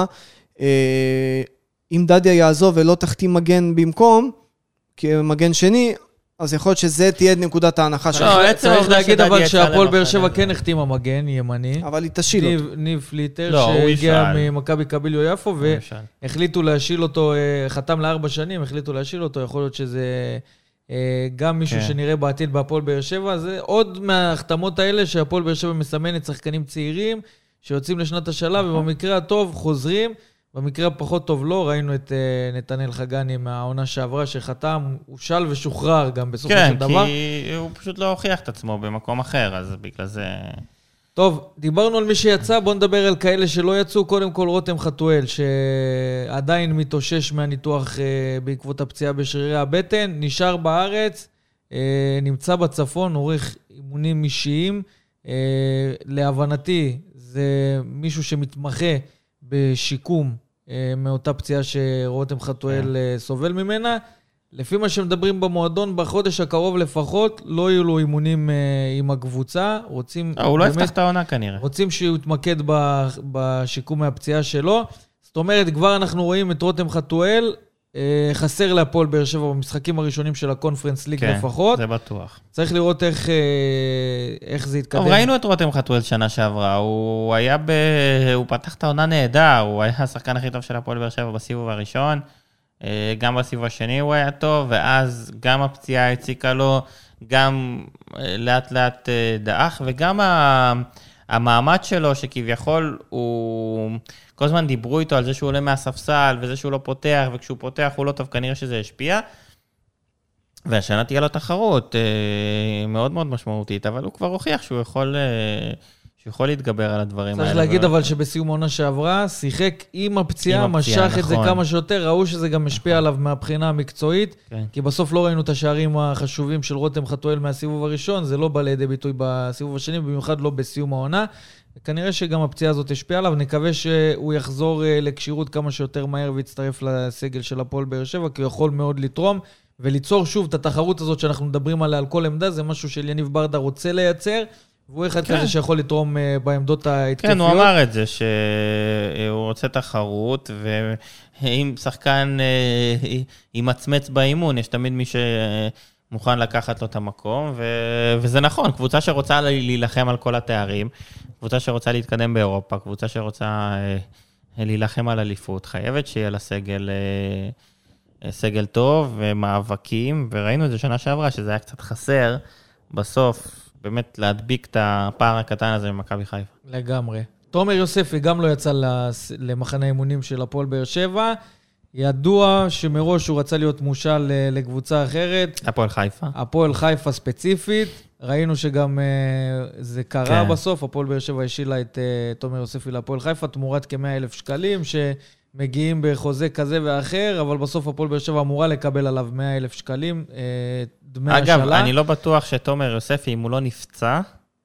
Speaker 4: אם דדיה יעזוב ולא תחתים מגן במקום, כמגן שני, אז יכול להיות שזה תהיה נקודת ההנחה שלך.
Speaker 2: צריך להגיד אבל שהפועל באר שבע כן החתימה מגן ימני.
Speaker 4: אבל היא תשיל אותו.
Speaker 2: ניב פליטר שהגיע ממכבי קביליו יפו, והחליטו להשיל אותו, חתם ל4 שנים, החליטו להשיל אותו, יכול להיות שזה גם מישהו שנראה בעתיד בהפועל באר שבע, זה עוד מההחתמות האלה שהפועל באר שבע מסמנת שחקנים צעירים, שיוצאים לשנת השלב, ובמקרה הטוב חוזרים, במקרה פחות טוב לא, ראינו את נתנאל חגני מהעונה שעברה שחתם, הוא של ושוחרר גם בסופו של דבר.
Speaker 3: כן, כי הוא פשוט לא הוכיח את עצמו במקום אחר, אז בגלל זה...
Speaker 2: טוב, דיברנו על מי שיצא, בואו נדבר על כאלה שלא יצאו, קודם כל רותם חתואל, שעדיין מתאושש מהניתוח בעקבות הפציעה בשרירי הבטן, נשאר בארץ, נמצא בצפון, עורך אימונים אישיים, להבנתי זה מישהו שמתמחה בשיקום, מאותה פציעה שרותם חתואל סובל ממנה. לפי מה שמדברים במועדון, בחודש הקרוב לפחות, לא יהיו לו אימונים עם הקבוצה.
Speaker 3: הוא לא יפתח את העונה כנראה.
Speaker 2: רוצים שהוא יתמקד בשיקום מהפציעה שלו. זאת אומרת, כבר אנחנו רואים את רותם חתואל, חסר להפועל באר שבע במשחקים הראשונים של הקונפרנס ליג לפחות.
Speaker 3: כן, זה בטוח.
Speaker 2: צריך לראות איך זה יתקדם.
Speaker 3: ראינו את רותם חתואל שנה שעברה, הוא פתח את העונה נהדר, הוא היה השחקן הכי טוב של הפועל באר שבע בסיבוב הראשון, גם בסיבוב השני הוא היה טוב, ואז גם הפציעה הציקה לו, גם לאט לאט דאח, וגם המעמד שלו שכביכול הוא... כל הזמן דיברו איתו על זה שהוא עולה מהספסל, וזה שהוא לא פותח, וכשהוא פותח הוא לא טוב, כנראה שזה השפיע. והשנה תהיה לו תחרות מאוד מאוד משמעותית, אבל הוא כבר הוכיח שהוא יכול להתגבר על הדברים האלה.
Speaker 2: צריך להגיד אבל שבסיום העונה שעברה, שיחק עם הפציעה, משך את זה כמה שיותר, ראו שזה גם משפיע עליו מהבחינה המקצועית, כי בסוף לא ראינו את השערים החשובים של רותם חתואל מהסיבוב הראשון, זה לא בא לידי ביטוי בסיבוב השני, במיוחד לא בסיום העונה. כנראה שגם הפציעה הזאת השפיעה עליו, נקווה שהוא יחזור לקשירות כמה שיותר מהר ויצטרף לסגל של הפועל באר שבע, כי הוא יכול מאוד לתרום וליצור שוב את התחרות הזאת שאנחנו מדברים עליה על כל עמדה, זה משהו של יניב ברדה רוצה לייצר, והוא אחד כזה שיכול לתרום בעמדות ההתקפיות.
Speaker 3: כן, הוא אמר את זה, שהוא רוצה תחרות, ואם שחקן ימצמץ באימון, יש תמיד מי שמוכן לקחת לו את המקום, וזה נכון, קבוצה שרוצה להילחם על כל התארים, קבוצה שרוצה להתקדם באירופה, קבוצה שרוצה להילחם על אליפות, חייבת שיהיה לה סגל טוב ומאבקים, וראינו את זה שנה שעברה, שזה היה קצת חסר, בסוף באמת להדביק את הפער הקטן הזה במכבי חיפה.
Speaker 2: לגמרי. תומר יוספי גם לא יצא למחנה האימונים של הפועל באר שבע, ידוע שמראש הוא רצה להיות מושל לקבוצה אחרת.
Speaker 3: הפועל חיפה.
Speaker 2: הפועל חיפה ספציפית, ראינו שגם זה קרה בסוף, הפועל באר שבע השילה את תומר יוספי להפועל חיפה, תמורת כ100,000 שקלים, שמגיעים בחוזה כזה ואחר, אבל בסוף הפועל באר שבע אמורה לקבל עליו 100,000 שקלים, דמי השאלה.
Speaker 3: אגב, אני לא בטוח שתומר יוספי, אם הוא לא נפצע,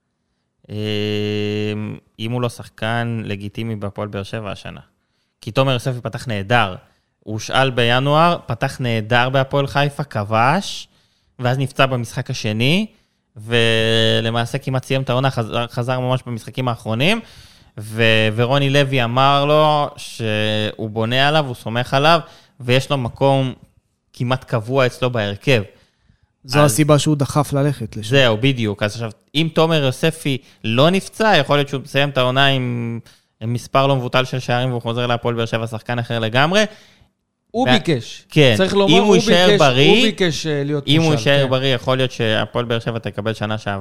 Speaker 3: אם הוא לא שחקן לגיטימי בהפועל באר שבע השנה. כי תומר יוספי פתח נהדר. הוא שאל בינואר, פתח נהדר בהפועל חיפה, כבש, ואז נפצע במשחק השני, ולמעשה כמעט סיים את העונה, חזר ממש במשחקים האחרונים, ורוני לוי אמר לו שהוא בונה עליו, הוא סומך עליו, ויש לו מקום כמעט קבוע אצלו בהרכב.
Speaker 4: זו הסיבה שהוא דחף ללכת לשם.
Speaker 3: זהו, בדיוק. אז עכשיו, אם תומר יוספי לא נפצע, יכול להיות שהוא מסיים את העונה עם מספר לא מבוטל של שערים, והוא חוזר להפועל באר שבע, שחקן אחר לגמרי.
Speaker 2: הוא ביקש.
Speaker 3: כן.
Speaker 2: צריך לומר, הוא ביקש להיות מושל.
Speaker 3: אם הוא יישאר בריא, יכול להיות שהפועל באר שבע תקבל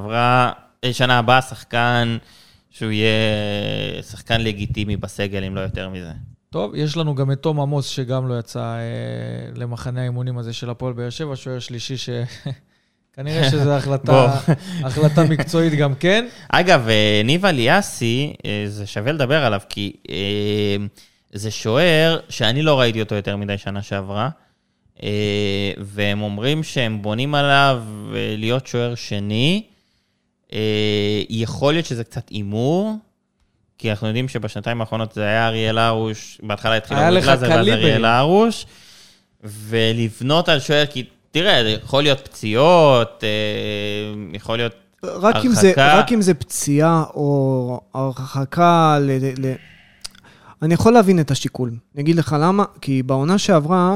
Speaker 3: שנה הבאה שחקן, שהוא יהיה שחקן לגיטימי בסגל, אם לא יותר מזה.
Speaker 2: טוב, יש לנו גם את תום עמוס, שגם לא יצא למחנה האימונים הזה של הפועל באר שבע, שוער שלישי כנראה שזו החלטה מקצועית גם כן.
Speaker 3: אגב, ניב אליאסי, זה שווה לדבר עליו, כי זה שוער שאני לא ראיתי אותו יותר מדי שנה שעברה, והם אומרים שהם בונים עליו להיות שוער שני, יכול להיות שזה קצת אימור, כי אנחנו יודעים שבשנתיים האחרונות זה היה אריאל הרוש, בהתחלה התחיל אורי גלאזר, ואז אריאל הרוש, ולבנות על שוער, כי תראה, יכול להיות פציעות, יכול להיות הרחקה.
Speaker 4: רק אם זה פציעה או הרחקה, אני יכול להבין את השיקול. אני אגיד לך למה, כי בעונה שעברה,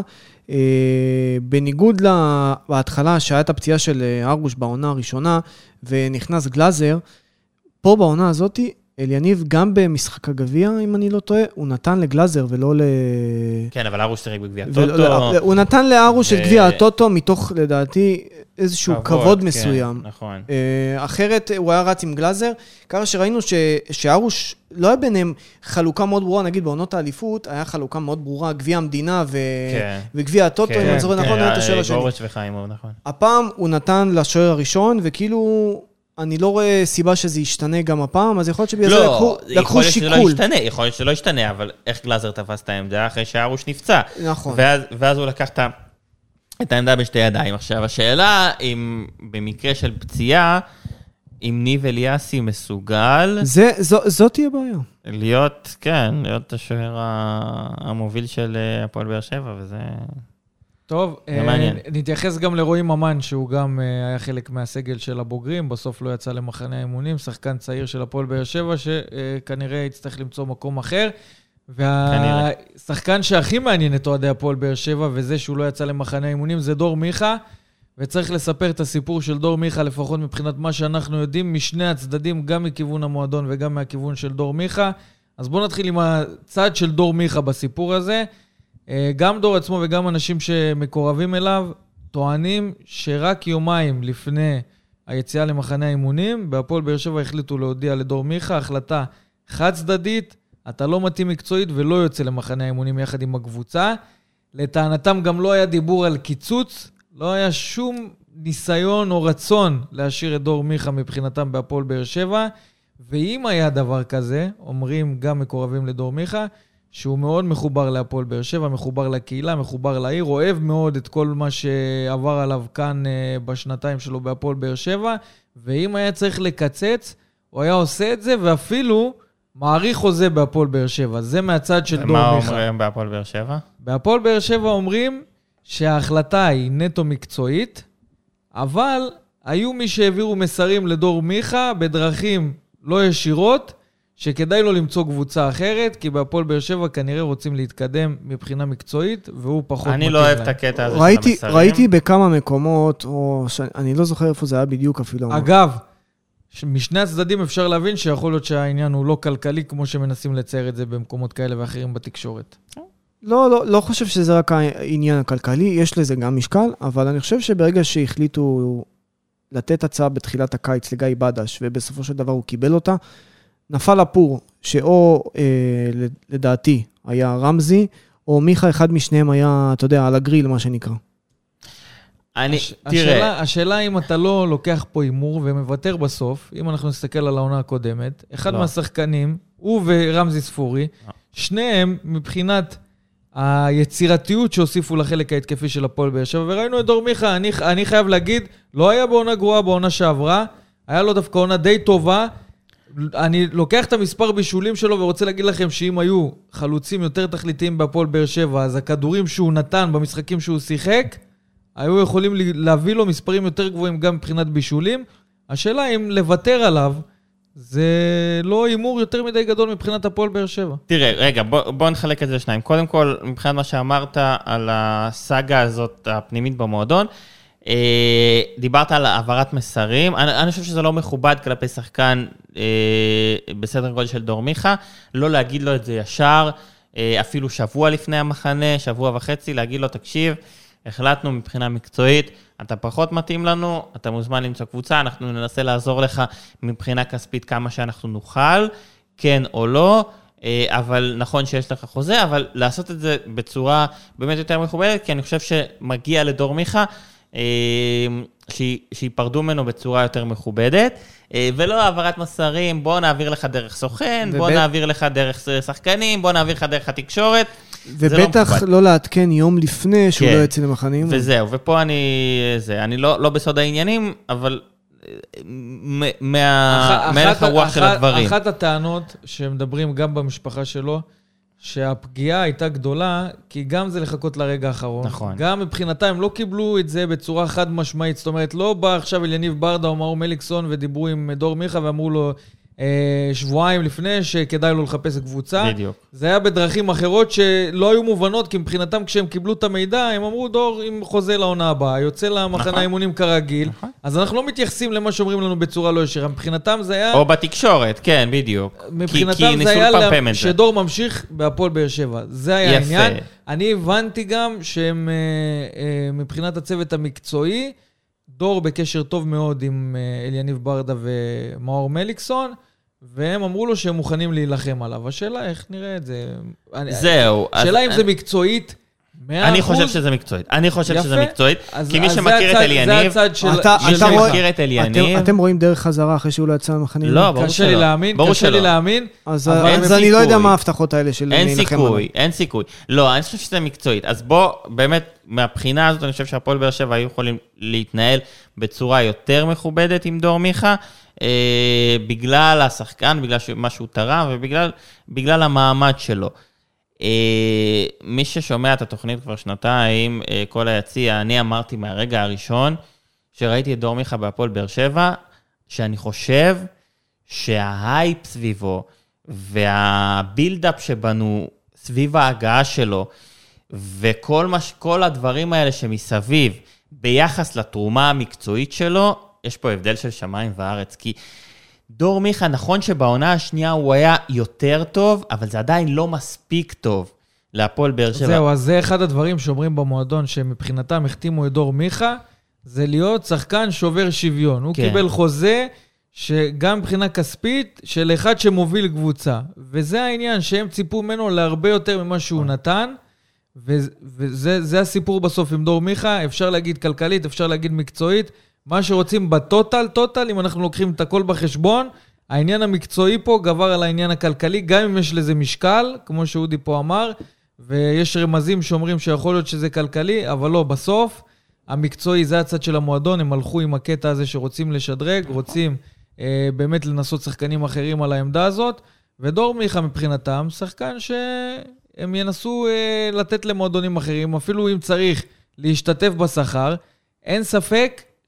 Speaker 4: בניגוד בהתחלה שהיה את הפציעה של הרוש בעונה הראשונה, ונכנס גלאזר, פה בעונה הזאת, אליניב גם במשחק הגביע, אם אני לא טועה, הוא נתן לגלאזר ולא
Speaker 3: כן, אבל הרוש שיחק בגביע הטוטו.
Speaker 4: הוא נתן להרוש את גביע הטוטו מתוך, לדעתי, איזשהו כבוד מסוים.
Speaker 3: נכון.
Speaker 4: אחרת הוא היה רץ עם גלאזר, ככה שראינו שהרוש לא היה ביניהם חלוקה מאוד ברורה, נגיד בעונות האליפות, היה חלוקה מאוד ברורה, גביע המדינה וגביע הטוטו, אם אני זוכר נכון, היה את השוער השני.
Speaker 3: גורש וחיים, נכון.
Speaker 4: הפעם הוא נתן לשוער הראשון, וכאילו אני לא רואה סיבה שזה ישתנה גם הפעם, אז יכול להיות שבגלל זה לקחו שיקול.
Speaker 3: יכול להיות שזה לא ישתנה, אבל איך גלאזר תפס את העמדה אחרי שהרוש נפצע.
Speaker 4: נכון.
Speaker 3: ואז הוא לקח את העמדה בשתי ידיים. עכשיו, השאלה אם במקרה של פציעה, אם ניב אליאסי מסוגל...
Speaker 4: זאת תהיה בעיה.
Speaker 3: להיות השוער המוביל של הפועל באר שבע, וזה...
Speaker 2: טוב, נתייחס גם לרועי ממן, שהוא גם היה חלק מהסגל של הבוגרים, בסוף לא יצא למחנה האימונים, שחקן צעיר של הפועל באר שבע, שכנראה יצטרך למצוא מקום אחר, והשחקן שהכי מעניין את אוהדי הפועל באר שבע, וזה שהוא לא יצא למחנה האימונים, זה דור מיכה, וצריך לספר את הסיפור של דור מיכה, לפחות מבחינת מה שאנחנו יודעים, משני הצדדים, גם מכיוון המועדון וגם מהכיוון של דור מיכה. אז בואו נתחיל עם הצד של דור מיכה בסיפור הזה. גם דור עצמו וגם אנשים שמקורבים אליו, טוענים שרק יומיים לפני היציאה למחנה האימונים, בהפועל באר שבע החליטו להודיע לדור מיכה, החלטה חד צדדית, אתה לא מתאים מקצועית ולא יוצא למחנה האימונים יחד עם הקבוצה. לטענתם גם לא היה דיבור על קיצוץ, לא היה שום ניסיון או רצון להשאיר את דור מיכה מבחינתם בהפועל באר שבע, ואם היה דבר כזה, אומרים גם מקורבים לדור מיכה, שהוא מאוד מחובר להפועל באר שבע, מחובר לקהילה, מחובר לעיר, אוהב מאוד את כל מה שעבר עליו כאן בשנתיים שלו בהפועל באר שבע, ואם היה צריך לקצץ, הוא היה עושה את זה, ואפילו מעריך חוזה בהפועל באר שבע. זה מהצד של דור מיכה.
Speaker 3: מה אומרים בהפועל באר שבע?
Speaker 2: בהפועל באר שבע אומרים שההחלטה היא נטו מקצועית, אבל היו מי שהעבירו מסרים לדור מיכה בדרכים לא ישירות, שכדאי לו למצוא קבוצה אחרת, כי בהפועל באר שבע כנראה רוצים להתקדם מבחינה מקצועית, והוא פחות מתאים להם.
Speaker 3: אני לא אוהב את הקטע הזה של המסרים.
Speaker 4: ראיתי בכמה מקומות, אני לא זוכר איפה זה היה בדיוק אפילו.
Speaker 2: אגב, משני הצדדים אפשר להבין שיכול להיות שהעניין הוא לא כלכלי, כמו שמנסים לצייר את זה במקומות כאלה ואחרים בתקשורת.
Speaker 4: לא חושב שזה רק העניין הכלכלי, יש לזה גם משקל, אבל אני חושב שברגע שהחליטו לתת הצעה בתחילת הקיץ לגיא בדש, ובסופו של דבר הוא קיבל אותה, נפל הפור, שאו לדעתי היה רמזי, או מיכה אחד משניהם היה, אתה יודע, על הגריל, מה שנקרא.
Speaker 3: תראה.
Speaker 2: השאלה אם אתה לא לוקח פה אימור ומוותר בסוף, אם אנחנו נסתכל על העונה הקודמת, אחד מהשחקנים, הוא ורמזי ספורי, שניהם מבחינת היצירתיות שהוסיפו לחלק ההתקפי של הפועל באר שבע, וראינו את דור מיכה, אני חייב להגיד, לא היה בעונה גרועה בעונה שעברה, היה לו דווקא עונה די טובה, אני לוקח את המספר בישולים שלו ורוצה להגיד לכם שאם היו חלוצים יותר תכליתיים בהפועל באר שבע, אז הכדורים שהוא נתן במשחקים שהוא שיחק, היו יכולים להביא לו מספרים יותר גבוהים גם מבחינת בישולים. השאלה אם לוותר עליו, זה לא אימור יותר מדי גדול מבחינת הפועל באר שבע.
Speaker 3: תראה, רגע, בוא נחלק את זה לשניים. קודם כל, מבחינת מה שאמרת על הסאגה הזאת הפנימית במועדון, דיברת על העברת מסרים, אני חושב שזה לא מכובד כלפי שחקן בסדר גודל של דור מיכה, לא להגיד לו את זה ישר, אפילו שבוע לפני המחנה, שבוע וחצי, להגיד לו, תקשיב, החלטנו מבחינה מקצועית, אתה פחות מתאים לנו, אתה מוזמן למצוא קבוצה, אנחנו ננסה לעזור לך מבחינה כספית כמה שאנחנו נוכל, כן או לא, אבל נכון שיש לך חוזה, אבל לעשות את זה בצורה באמת יותר מכובדת, כי אני חושב שמגיע לדור מיכה, שיפרדו ממנו בצורה יותר מכובדת, ולא העברת מסרים, בוא נעביר לך דרך סוכן, בוא נעביר לך דרך שחקנים, בוא נעביר לך דרך התקשורת,
Speaker 4: ובטח לא לעדכן יום לפני שהוא לא יצא למחנים.
Speaker 3: וזהו, ופה אני לא בסוד העניינים, אבל מהלך הרוח של הדברים.
Speaker 2: אחת הטענות שמדברים גם במשפחה שלו, שהפגיעה הייתה גדולה, כי גם זה לחכות לרגע האחרון.
Speaker 3: נכון.
Speaker 2: גם מבחינתם הם לא קיבלו את זה בצורה חד משמעית, זאת אומרת, לא בא עכשיו אל יניב ברדה או מאור מליקסון ודיברו עם דור מיכה ואמרו לו שבועיים לפני שכדאי לו לחפש קבוצה.
Speaker 3: בדיוק.
Speaker 2: זה היה בדרכים אחרות שלא היו מובנות, כי מבחינתם כשהם קיבלו את המידע, הם אמרו דור עם חוזה לעונה הבאה, יוצא למחנה האימונים כרגיל, אז אנחנו לא מתייחסים למה שאומרים לנו בצורה לא ישירה. מבחינתם זה היה...
Speaker 3: או בתקשורת, כן, בדיוק.
Speaker 2: מבחינתם זה היה שדור ממשיך בהפועל באר שבע. זה היה העניין. אני הבנתי גם שהם מבחינת הצוות המקצועי, דור בקשר טוב מאוד עם אליניב ברדה ומאור מליקסון, והם אמרו לו שהם מוכנים להילחם עליו. השאלה איך נראה את זה.
Speaker 3: זהו.
Speaker 2: השאלה אם זה מקצועית, 100%.
Speaker 3: אני חושב שזה מקצועית. אני חושב שזה מקצועית, כי מי שמכיר את אליניב,
Speaker 2: מי
Speaker 3: שמכיר את אליניב...
Speaker 4: אתם רואים דרך חזרה אחרי שהוא לא יצא למחנים?
Speaker 3: לא, ברור שלא.
Speaker 2: קשה לי להאמין.
Speaker 4: אז אני לא יודע מה ההבטחות האלה של להילחם עליו.
Speaker 3: אין סיכוי. לא, אני חושב שזה מקצועית. אז בוא, באמת, מהבחינה הזאת, אני חושב שהפועל באר שבע היו יכולים להתנהל בצורה יותר מכובדת עם דור מיכה, בגלל השחקן, בגלל מה שהוא תרם, ובגלל המעמד שלו. מי ששומע את התוכנית כבר שנתיים, כל היציע, אני אמרתי מהרגע הראשון, שראיתי את דור מיכה בהפועל באר שבע, שאני חושב שההייפ סביבו, והבילדאפ שבנו סביב ההגעה שלו, וכל הדברים האלה שמסביב, ביחס לתרומה המקצועית שלו, יש פה הבדל של שמיים וארץ, כי דור מיכה, נכון שבעונה השנייה הוא היה יותר טוב, אבל זה עדיין לא מספיק טוב להפועל באר שבע.
Speaker 2: זהו, אז זה אחד הדברים שאומרים במועדון, שמבחינתם החתימו את דור מיכה, זה להיות שחקן שובר שוויון. הוא קיבל חוזה, שגם מבחינה כספית, של אחד שמוביל קבוצה. וזה העניין, שהם ציפו ממנו להרבה יותר ממה שהוא נתן, וזה הסיפור בסוף עם דור מיכה, אפשר להגיד כלכלית, אפשר להגיד מקצועית, מה שרוצים בטוטל, אם אנחנו לוקחים את הכל בחשבון, העניין המקצועי פה גבר על העניין הכלכלי, גם אם יש לזה משקל, כמו שאודי פה אמר, ויש רמזים שאומרים שיכול להיות שזה כלכלי, אבל לא, בסוף, המקצועי זה הצד של המועדון, הם הלכו עם הקטע הזה שרוצים לשדרג, רוצים באמת לנסות שחקנים אחרים על העמדה הזאת, ודור מיכה מבחינתם, שחקן שהם ינסו לתת למועדונים אחרים, אפילו אם צריך להשתתף בשכר, אין ספק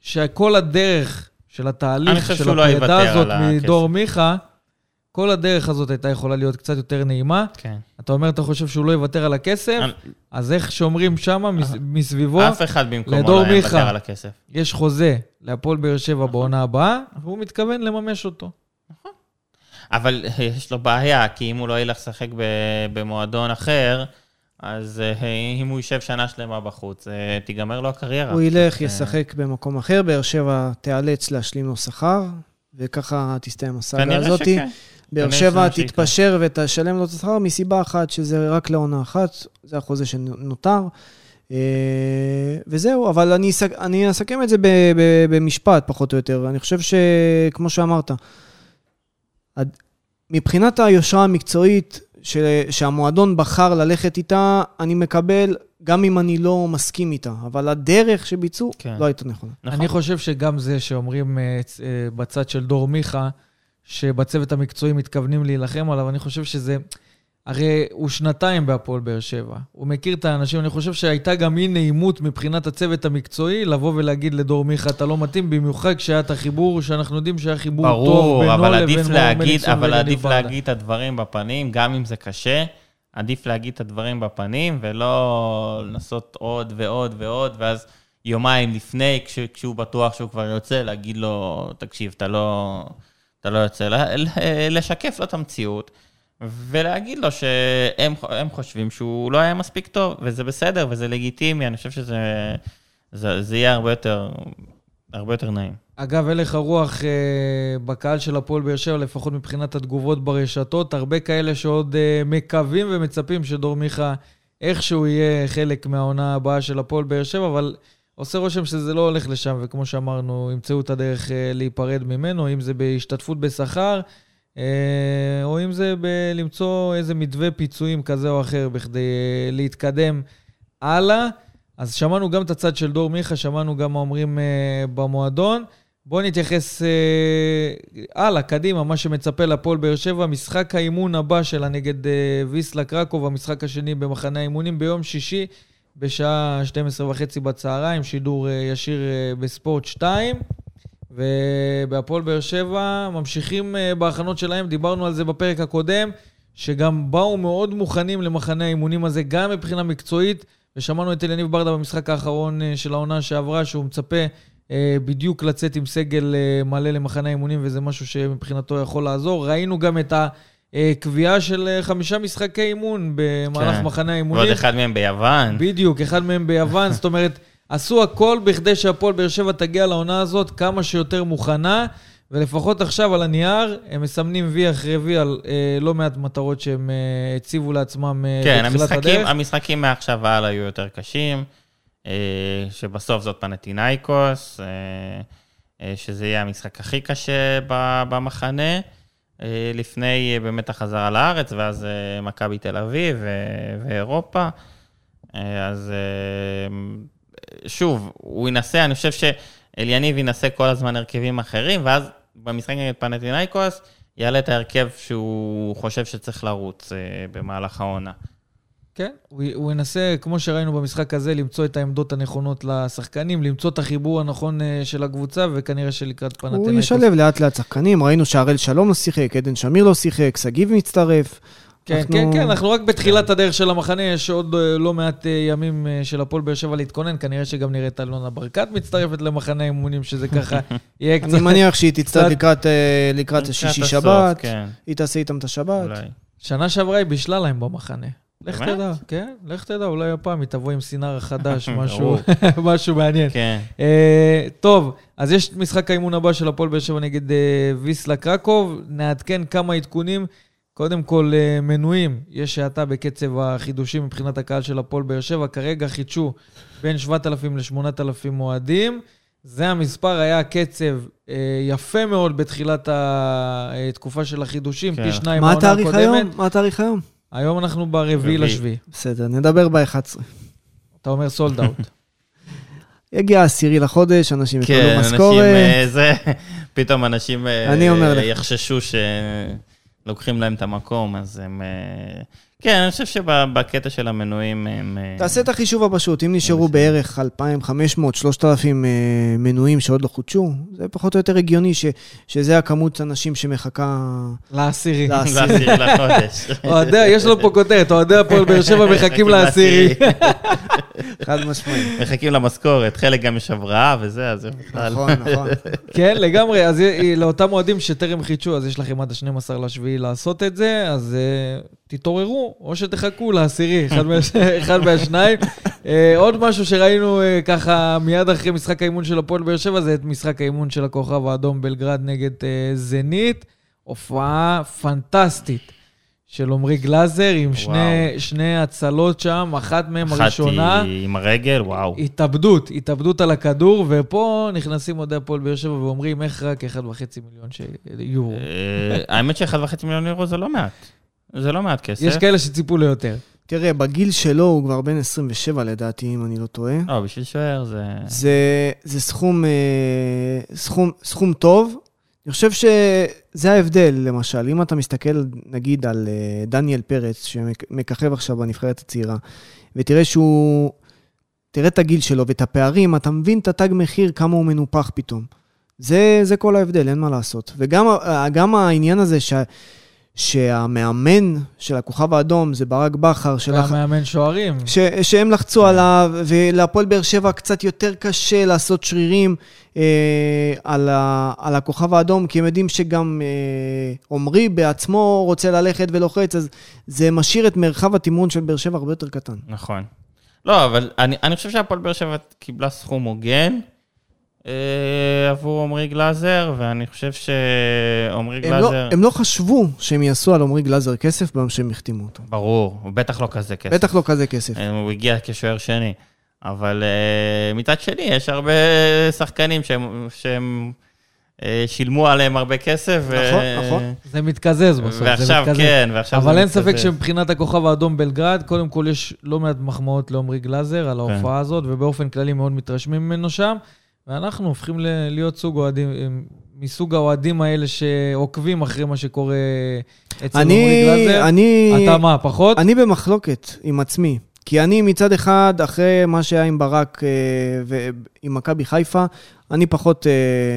Speaker 2: שכל הדרך של התהליך של
Speaker 3: לא
Speaker 2: הפרידה הזאת מדור מיכה, כל הדרך הזאת הייתה יכולה להיות קצת יותר נעימה.
Speaker 3: כן.
Speaker 2: אתה אומר, אתה חושב שהוא לא יוותר על הכסף, אז איך שאומרים שם מסביבו,
Speaker 3: אף אחד במקומו לא יוותר על הכסף.
Speaker 2: יש חוזה להפועל באר שבע בעונה הבאה, והוא מתכוון לממש אותו.
Speaker 3: נכון. אבל יש לו בעיה, כי אם הוא לא ילך לשחק במועדון אחר, אז אם הוא יישב שנה שלמה בחוץ, תיגמר לו הקריירה.
Speaker 4: הוא ילך, ישחק במקום אחר, באר שבע תיאלץ להשלים לו שכר, וככה תסתיים הסאגה הזאת. באר שבע תתפשר ותשלם לו את השכר מסיבה אחת, שזה רק לעונה אחת, זה החוזה שנותר. וזהו, אבל אני אסכם את זה במשפט, פחות או יותר. אני חושב שכמו שאמרת, מבחינת היושרה המקצועית, שהמועדון בחר ללכת איתה, אני מקבל, גם אם אני לא מסכים איתה, אבל הדרך שביצעו לא הייתה נכונה.
Speaker 2: אני חושב שגם זה שאומרים בצד של דור מיכה, שבצוות המקצועי מתכוונים להילחם עליו, אני חושב שזה, הרי הוא שנתיים בהפועל באר שבע, הוא מכיר את האנשים, אני חושב שהייתה גם אי נעימות מבחינת הצוות המקצועי, לבוא ולהגיד לדור מיכה, אתה לא מתאים, במיוחד כשהיה את החיבור, שאנחנו יודעים שהיה חיבור טוב בינו לבין מליקסון.
Speaker 3: אבל עדיף להגיד את הדברים בפנים, גם אם זה קשה, עדיף להגיד את הדברים בפנים, ולא לנסות עוד ועוד ועוד, ואז יומיים לפני, כשהוא בטוח שהוא כבר יוצא, להגיד לו, תקשיב, אתה לא יוצא, לשקף לו את המציאות, ולהגיד לו שהם חושבים שהוא לא היה מספיק טוב, וזה בסדר, וזה לגיטימי, אני חושב שזה יהיה הרבה יותר נעים.
Speaker 2: אגב, הלך הרוח בקהל של הפועל באר שבע, לפחות מבחינת התגובות ברשתות, הרבה כאלה שעוד מקווים ומצפים שדור מיכה איכשהו יהיה חלק מהעונה הבאה של הפועל באר שבע, אבל עושה רושם שזה לא הולך לשם, וכמו שאמרנו, ימצאו את הדרך להיפרד ממנו, אם זה בהשתתפות בשכר, או אם זה למצוא איזה מתווה פיצויים כזה או אחר, בכדי להתקדם הלאה. אז שמענו גם את הצד של דור מיכה, שמענו גם מה אומרים במועדון. בואו נתייחס הלאה, קדימה, מה שמצפה לפועל באר שבע, משחק האימון הבא שלה נגד ויסלה קרקוב, המשחק השני במחנה האימונים ביום שישי, בשעה 12:30 בצהריים, שידור ישיר בספורט 2, ובהפועל באר שבע ממשיכים בהכנות שלהם, דיברנו על זה בפרק הקודם, שגם באו מאוד מוכנים למחנה האימונים הזה, גם מבחינה מקצועית, ושמענו את אליניב ברדה במשחק האחרון של העונה שעברה, שהוא מצפה בדיוק לצאת עם סגל מלא למחנה האימונים, וזה משהו שמבחינתו יכול לעזור. ראינו גם את הקביעה של 5 משחקי אימון במהלך מחנה האימונים.
Speaker 3: ועוד אחד מהם ביוון.
Speaker 2: בדיוק, אחד מהם ביוון. זאת אומרת, עשו הכל בכדי שהפועל באר שבע תגיע לעונה הזאת כמה שיותר מוכנה, ולפחות עכשיו על הנייר, הם מסמנים וי אחרי וי על לא מעט מטרות שהם הציבו לעצמם בתחילת הדרך.
Speaker 3: כן, המשחקים מעכשיו הלאה היו יותר קשים, שבסוף זאת פנתינייקוס, שזה יהיה המשחק הכי קשה במחנה, לפני באמת החזרה לארץ, ואז מכבי תל אביב ואירופה. אז שוב, הוא ינסה, אני חושב שאליניב ינסה כל הזמן הרכבים אחרים, ואז במשחק נגד פנתינייקוס יעלה את ההרכב שהוא חושב שצריך לרוץ במהלך העונה.
Speaker 2: כן, הוא ינסה, כמו שראינו במשחק הזה, למצוא את העמדות הנכונות לשחקנים, למצוא את החיבור הנכון של הקבוצה, וכנראה שלקראת פנתינייקוס.
Speaker 4: הוא ישלב לאט לאט שחקנים, ראינו שהראל שלום לא שיחק, עדן שמיר לא שיחק, סגיב מצטרף.
Speaker 2: כן, כן, אנחנו רק בתחילת הדרך של המחנה, יש עוד לא מעט ימים של הפועל באר שבע להתכונן, כנראה שגם נראה את אלונה ברקת מצטרפת למחנה האימונים, שזה ככה יהיה קצת...
Speaker 4: אני מניח שהיא תצטרף לקראת השישי שבת, היא תעשה איתם את השבת.
Speaker 2: שנה שעברה היא בשלה להם במחנה. לך תדע, כן, לך תדע, אולי הפעם היא תבוא עם סינר חדש, משהו מעניין. טוב, אז יש משחק האימון הבא של הפועל באר שבע נגד ויסלה קרקוב, נעדכן כמה עדכונים, קודם כל מנויים, יש שעתה בקצב החידושים מבחינת הקהל של הפועל באר שבע, כרגע חידשו בין 7,000 ל-8,000 מועדים, זה המספר, היה קצב יפה מאוד בתחילת התקופה של החידושים, פי 2 העונה הקודמת.
Speaker 4: מה התאריך היום?
Speaker 2: היום אנחנו ברביעי לשביעי.
Speaker 4: בסדר, נדבר ב-11.
Speaker 2: אתה אומר סולד אאוט.
Speaker 4: יגיע 10 לחודש, אנשים יקבלו משכורת.
Speaker 3: כן, פתאום אנשים יחששו לוקחים להם את המקום, אז הם... כן, אני חושב שבקטע של המנויים הם...
Speaker 4: תעשה את החישוב הפשוט, אם נשארו בערך 2,500, 3,000 מנויים שעוד לא חודשו, זה פחות או יותר הגיוני שזה הכמות אנשים שמחכה...
Speaker 2: לעשירי.
Speaker 3: לחודש.
Speaker 2: יש לו פה כותרת, אוהדי הפועל באר שבע מחכים לעשירי.
Speaker 4: חד משמעי.
Speaker 3: מחכים למשכורת, חלק גם יש הבראה וזה, אז זה בכלל.
Speaker 4: נכון, נכון.
Speaker 2: כן, לגמרי, אז לאותם אוהדים שטרם חידשו, אז יש לכם עד ה-12 לשביעי לעשות את זה, אז תתעוררו, או שתחכו לעשירי, אחד מהשניים. עוד משהו שראינו ככה מיד אחרי משחק האימון של הפועל באר שבע, זה את משחק האימון של הכוכב האדום בלגרד נגד זנית. הופעה פנטסטית של עומרי גלאזר, עם שני הצלות שם, אחת מהם הראשונה.
Speaker 3: אחת עם הרגל, וואו.
Speaker 2: התאבדות על הכדור, ופה נכנסים עודי הפועל באר שבע ואומרים, איך רק 1.5 מיליון יורו.
Speaker 3: האמת ש1.5 מיליון יורו זה לא מעט. זה לא מעט כסף.
Speaker 2: יש כאלה שציפו ליותר.
Speaker 4: תראה, בגיל שלו הוא כבר בן 27 לדעתי, אם אני לא טועה.
Speaker 3: בשביל שוער זה...
Speaker 4: זה סכום טוב. אני חושב שזה ההבדל, למשל, אם אתה מסתכל, נגיד, על דניאל פרץ, שמככב עכשיו בנבחרת הצעירה, ותראה תראה את הגיל שלו ואת הפערים, אתה מבין את התג מחיר, כמה הוא מנופח פתאום. זה כל ההבדל, אין מה לעשות. וגם העניין הזה שהמאמן של הכוכב האדום זה ברק בכר.
Speaker 2: והמאמן שוערים.
Speaker 4: שהם לחצו עליו, ולהפועל באר שבע קצת יותר קשה לעשות שרירים על הכוכב האדום, כי הם יודעים שגם עומרי בעצמו רוצה ללכת ולוחץ, אז זה משאיר את מרחב התמרון של באר שבע הרבה יותר קטן.
Speaker 3: נכון. לא, אבל אני חושב שהפועל באר שבע קיבלה סכום הוגן, עבור עומרי גלאזר, ואני חושב שעומרי גלאזר...
Speaker 4: הם לא חשבו שהם יעשו על עומרי גלאזר כסף בהם שהם החתימו אותו.
Speaker 3: ברור, הוא בטח לא כזה כסף.
Speaker 4: בטח לא כזה כסף.
Speaker 3: הוא הגיע כשוער שני. אבל מצד שני, יש הרבה שחקנים שהם שילמו עליהם הרבה כסף.
Speaker 4: נכון.
Speaker 2: זה מתקזז בסוף.
Speaker 3: ועכשיו כן, ועכשיו
Speaker 2: אבל אין ספק שמבחינת הכוכב האדום בלגרד, קודם כל יש לא מעט מחמאות לעומרי גלאזר על ההופעה הזאת, ובאופן כללי מאוד מתרשמים ממנו שם. ואנחנו הופכים להיות מסוג האוהדים האלה שעוקבים אחרי מה שקורה אצל עומרי גלאזר. אתה מה, פחות?
Speaker 4: אני במחלוקת עם עצמי. כי אני מצד אחד, אחרי מה שהיה עם ברק ועם מכבי חיפה, אני פחות,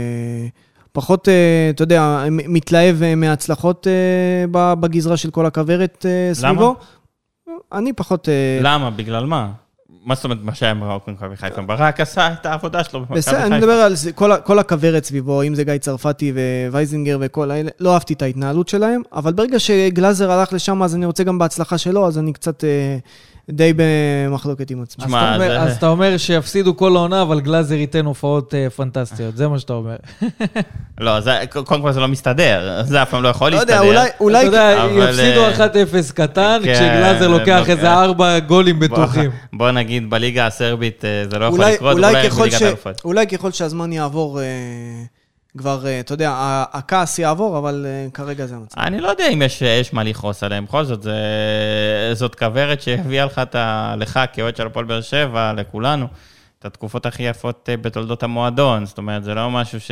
Speaker 4: אתה יודע, מתלהב מההצלחות בגזרה של כל הכוורת סביבו.
Speaker 3: למה?
Speaker 4: אני פחות...
Speaker 3: למה? בגלל מה? מה זאת אומרת, מה שהיה עם מכבי חיפה? ברק עשה את העבודה שלו במכבי חיפה.
Speaker 4: אני מדבר על כל הכוורת סביבו, אם זה גיא צרפתי ווייזינגר וכל האלה, לא אהבתי את ההתנהלות שלהם, אבל ברגע שגלאזר הלך לשם, אז אני רוצה גם בהצלחה שלו, אז אני קצת די במחלוקת עם עצמי.
Speaker 2: אז אתה אומר שיפסידו כל העונה, אבל גלאזר ייתן הופעות פנטסטיות, זה מה שאתה אומר.
Speaker 3: לא, קודם כל זה לא מסתדר, זה אף פעם לא יכול להסתדר.
Speaker 2: אתה יודע, יפסידו 1-0 קטן, כשגלאזר לוקח איזה 4 גולים בטוחים.
Speaker 3: בוא נגיד, בליגה הסרבית זה לא יכול לקרות,
Speaker 4: אולי ככל שהזמן יעבור... כבר, אתה יודע, הכעס יעבור, אבל כרגע זה המצב.
Speaker 3: אני לא יודע אם יש מה לכעוס עליהם. בכל זאת, זאת כוורת שהביאה לך כאוהד של הפועל באר שבע, לכולנו, את התקופות הכי יפות בתולדות המועדון. זאת אומרת, זה לא משהו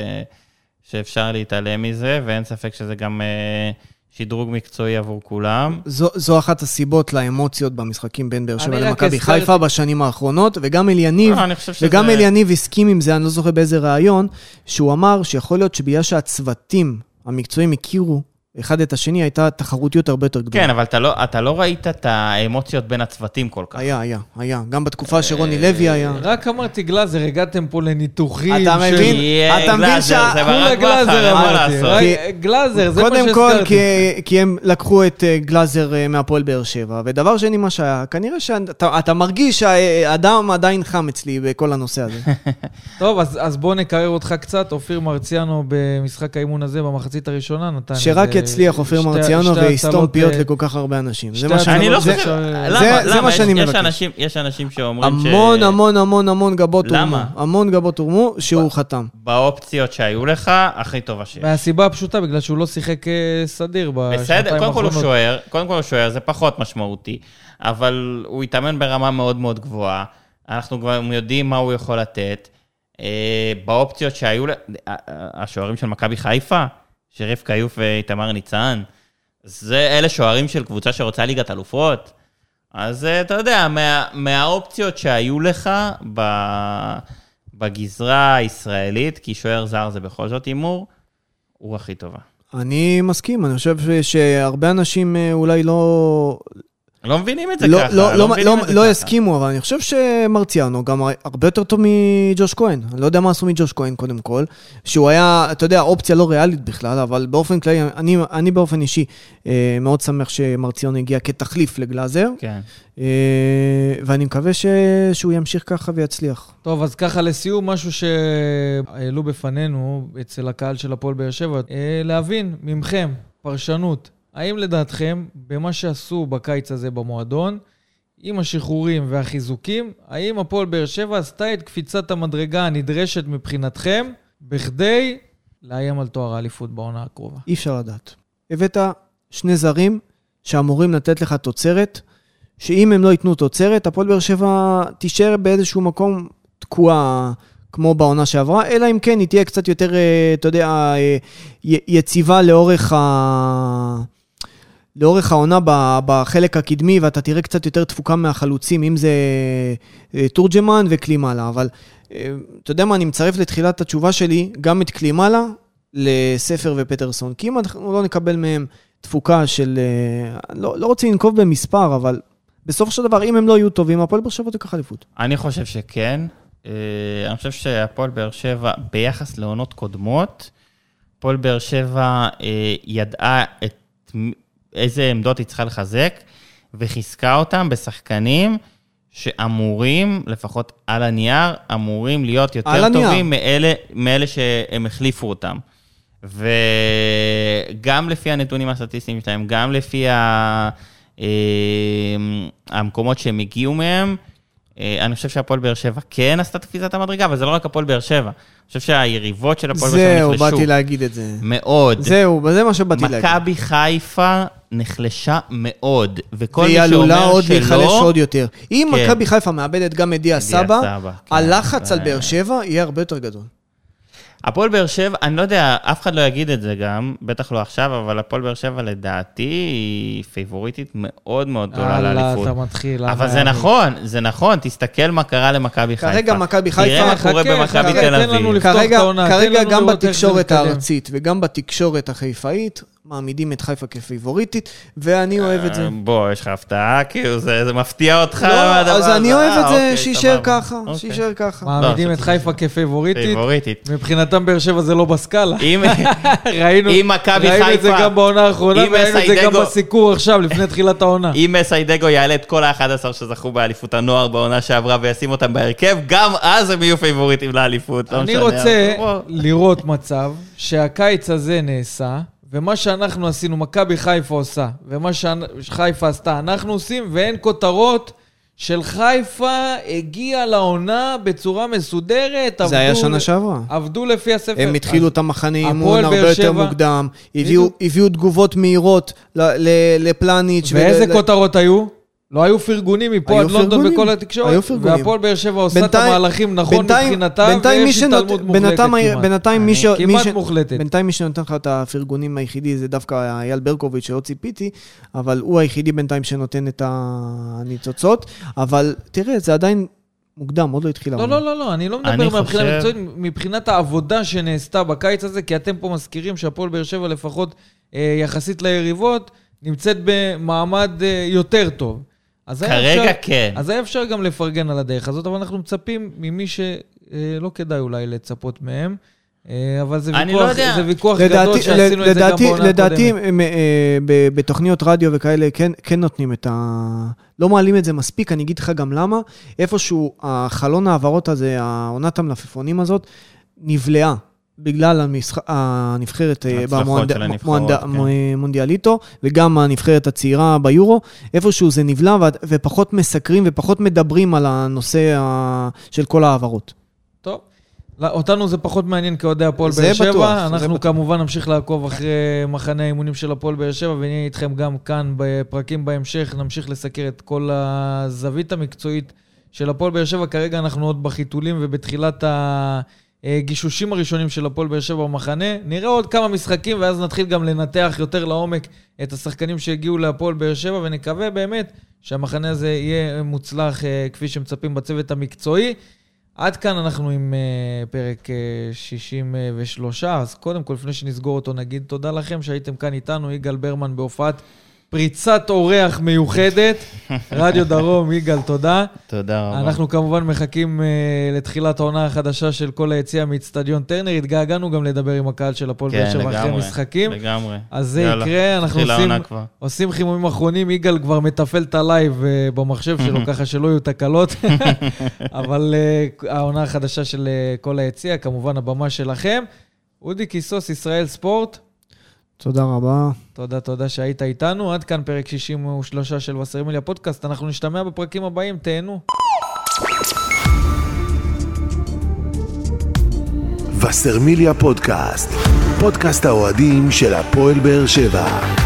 Speaker 3: שאפשר להתעלם מזה, ואין ספק שזה גם שדרוג מקצועי עבור כולם.
Speaker 4: זו אחת הסיבות לאמוציות במשחקים בין באר שבע למכבי חיפה בשנים האחרונות, וגם אליניב הסכים עם זה, אני לא זוכר באיזה רעיון, שהוא אמר שיכול להיות שבגלל שהצוותים המקצועיים הכירו אחד את השני, הייתה תחרותיות הרבה יותר גדולה.
Speaker 3: כן, אבל אתה לא ראית את האמוציות בין הצוותים כל כך.
Speaker 4: היה. גם בתקופה שרוני לוי היה.
Speaker 2: רק אמרתי גלאזר, הגעתם פה לניתוחים.
Speaker 4: אתה מבין
Speaker 2: כולה גלאזר אמרתי. גלאזר, זה מה שהזכרתי.
Speaker 4: קודם כל, כי הם לקחו את גלאזר מהפועל באר שבע, ודבר שני מה שהיה, כנראה שאתה מרגיש שהאדם עדיין חם אצלי בכל הנושא הזה.
Speaker 2: טוב, אז בוא נקרר אותך קצת. אופיר מרציאנו במשחק האימון הזה במחצית הראשונה נתן
Speaker 4: שרק יצליח אופיר מרציאנו ויסתום פיות לכל כך הרבה אנשים.
Speaker 3: אני לא חושב...
Speaker 4: זה מה שאני מבקש.
Speaker 3: יש אנשים שאומרים
Speaker 4: המון גבות הורמו. המון גבות הורמו שהוא חתם.
Speaker 3: באופציות שהיו לך, הכי טובה שיש.
Speaker 2: והסיבה הפשוטה, בגלל שהוא לא שיחק סדיר
Speaker 3: בסדר, קודם כל הוא שוער, זה פחות משמעותי, אבל הוא התאמן ברמה מאוד מאוד גבוהה. אנחנו כבר יודעים מה הוא יכול לתת. באופציות שהיו... השוערים של מכבי חיפה, שריף קיוף ואיתמר ניצן, אלה שוערים של קבוצה שרוצה ליגת אלופות. אז אתה יודע, מהאופציות שהיו לך בגזרה הישראלית, כי שוער זר זה בכל זאת אימור, הוא הכי טובה.
Speaker 4: אני מסכים, אני חושב שהרבה אנשים אולי
Speaker 3: לא מבינים את זה ככה.
Speaker 4: לא יסכימו, אבל אני חושב שמרציאנו גם הרבה יותר טוב מג'וש כהן. אני לא יודע מה עשו מג'וש כהן קודם כל, שהוא היה, אתה יודע, אופציה לא ריאלית בכלל, אבל באופן כללי, אני באופן אישי מאוד שמח שמרציאנו הגיע כתחליף לגלאזר.
Speaker 3: כן.
Speaker 4: ואני מקווה שהוא ימשיך ככה ויצליח.
Speaker 2: טוב, אז ככה לסיום, משהו שהעלו בפנינו אצל הקהל של הפועל באר שבע, להבין ממכם, פרשנות, האם לדעתכם, במה שעשו בקיץ הזה במועדון, עם השחרורים והחיזוקים, האם הפועל באר שבע עשתה את קפיצת המדרגה הנדרשת מבחינתכם, בכדי לאיים על תואר האליפות בעונה הקרובה?
Speaker 4: אי אפשר לדעת. הבאת שני זרים שאמורים לתת לך תוצרת, שאם הם לא ייתנו תוצרת, הפועל באר שבע תישאר באיזשהו מקום תקועה כמו בעונה שעברה, אלא אם כן היא תהיה קצת יותר, אתה יודע, יציבה לאורך העונה בחלק הקדמי, ואתה תראה קצת יותר תפוקה מהחלוצים, אם זה תורג'מן וקלימאלה. אבל אתה יודע מה, אני מצרף לתחילת התשובה שלי, גם את קלימאלה לספר ופטרסון, כי אם אנחנו לא נקבל מהם תפוקה של, לא רוצה לנקוב במספר, אבל בסופו של דבר, אם הם לא יהיו טובים, הפועל באר שבע תיקח אליפות.
Speaker 3: אני חושב שכן. אני חושב שהפועל באר שבע, ביחס לעונות קודמות, הפועל באר שבע ידעה איזה עמדות היא צריכה לחזק, וחיזקה אותם בשחקנים שאמורים, לפחות על הנייר, אמורים להיות יותר טובים מאלה שהם החליפו אותם. וגם לפי הנתונים הסטטיסטיים שלהם, גם לפי המקומות שהם הגיעו מהם, אני חושב שהפועל באר שבע כן עשתה תקפיצת המדרגה, אבל זה לא רק הפועל באר שבע. אני חושב שהיריבות של הפועל באר שבע נחלשו.
Speaker 4: זהו, באתי להגיד את זה.
Speaker 3: מאוד.
Speaker 4: זהו, זה מה שבאתי להגיד.
Speaker 3: מכבי חיפה נחלשה מאוד, וכל מי
Speaker 4: והיא עלולה עוד
Speaker 3: שלא...
Speaker 4: להיחלש עוד יותר. אם מכבי חיפה מאבדת גם את דיה סבא,
Speaker 3: כן.
Speaker 4: הלחץ על באר שבע יהיה הרבה יותר גדול.
Speaker 3: הפועל באר שבע, אני לא יודע, אף אחד לא יגיד את זה גם, בטח לא עכשיו, אבל הפועל באר שבע לדעתי היא פייבוריטית מאוד מאוד גדולה לאליפות.
Speaker 2: אתה מתחיל.
Speaker 3: אבל זה נכון, תסתכל מה קרה למכבי חיפה.
Speaker 4: כרגע מכבי חיפה,
Speaker 3: תראה מה קורה במכבי תל אביב.
Speaker 4: כרגע גם בתקשורת הארצית וגם בתקשורת החיפאית, מעמידים את חיפה כפייבוריטית, ואני אוהב את זה.
Speaker 3: בוא, יש לך הפתעה, כאילו זה מפתיע אותך.
Speaker 4: לא, אז אני אוהב את זה, שישאר ככה,
Speaker 2: מעמידים את חיפה כפייבוריטית. מבחינתם באר שבע זה לא בסקאלה. ראינו את זה גם בעונה האחרונה, וראינו את זה גם בסיקור עכשיו, לפני תחילת העונה.
Speaker 3: אם מסיידגו יעלה את כל ה-11 שזכו באליפות הנוער בעונה שעברה, וישים אותם בהרכב, גם אז הם יהיו פייבוריטים לאליפות.
Speaker 2: אני רוצה לראות מצב שהקיץ הזה נעשה, ומה שאנחנו עשינו, מכבי חיפה עושה, ומה שחיפה עשתה, אנחנו עושים, ואין כותרות של חיפה הגיעה לעונה בצורה מסודרת.
Speaker 4: זה היה שנה שעברה.
Speaker 2: עבדו לפי הספר.
Speaker 4: הם התחילו את המחנה אימון הרבה יותר מוקדם, הביאו תגובות מהירות לפלניץ'.
Speaker 2: ואיזה כותרות היו? לא היו פרגונים מפה עד לונדון בכל התקשורת, והפועל באר שבע עושה את המהלכים נכון מבחינתה, ויש התעלמות מוחלטת כמעט מוחלטת.
Speaker 4: בינתיים מי שנותן לך את הפרגונים היחידי, זה דווקא אייל ברקוביץ' שלא ציפיתי, אבל הוא היחידי בינתיים שנותן את הניצוצות, אבל תראה, זה עדיין מוקדם, עוד לא התחילה.
Speaker 2: לא, אני לא מדבר מבחינה מקצועית, מבחינת העבודה שנעשתה בקיץ הזה, כי אתם פה מזכירים שהפועל באר שבע לפחות יחסית ליריבות, נמצאת במעמד יותר טוב.
Speaker 3: כרגע כן.
Speaker 2: אז היה אפשר גם לפרגן על הדרך הזאת, אבל אנחנו מצפים ממי שלא כדאי אולי לצפות מהם, אבל זה ויכוח גדול שעשינו את זה גם בעונה הקודמת.
Speaker 4: לדעתי, בתוכניות רדיו וכאלה, כן נותנים את לא מעלים את זה מספיק, אני אגיד לך גם למה, איפשהו החלון העברות הזה, העונת המלפפונים הזאת, נבלעה. בגלל הנבחרת במונדיאליטו, וגם הנבחרת הצעירה ביורו, איפשהו זה נבלע, ופחות מסקרים ופחות מדברים על הנושא של כל העברות.
Speaker 2: טוב, אותנו זה פחות מעניין כאוהדי הפועל באר שבע, אנחנו כמובן נמשיך לעקוב אחרי מחנה האימונים של הפועל באר שבע, ונהיה איתכם גם כאן בפרקים בהמשך, נמשיך לסקר את כל הזווית המקצועית של הפועל באר שבע, כרגע אנחנו עוד בחיתולים ובתחילת הגישושים הראשונים של הפועל באר שבע במחנה. נראה עוד כמה משחקים, ואז נתחיל גם לנתח יותר לעומק את השחקנים שהגיעו להפועל באר שבע, ונקווה באמת שהמחנה הזה יהיה מוצלח כפי שמצפים בצוות המקצועי. עד כאן אנחנו עם פרק 63, אז קודם כל, לפני שנסגור אותו, נגיד תודה לכם שהייתם כאן איתנו, יגאל ברמן בהופעת פריצת אורח מיוחדת, רדיו דרום, יגאל, תודה.
Speaker 3: תודה רבה.
Speaker 2: אנחנו כמובן מחכים לתחילת העונה החדשה של כל היציאה מאצטדיון טרנר, התגעגענו גם לדבר עם הקהל של הפועל באר שבע אחרי משחקים.
Speaker 3: לגמרי.
Speaker 2: אז זה יקרה, אנחנו עושים חימומים אחרונים, יגאל כבר מטפל את הלייב במחשב שלו, ככה שלא יהיו תקלות, אבל העונה החדשה של כל היציאה, כמובן הבמה שלכם. אודי קיסוס, ישראל ספורט.
Speaker 4: תודה רבה.
Speaker 2: תודה שהיית איתנו. עד כאן פרק 63 של וסרמיליה פודקאסט. אנחנו נשתמע בפרקים הבאים, תהנו.
Speaker 1: וסרמיליה פודקאסט, פודקאסט האוהדים של הפועל באר שבע.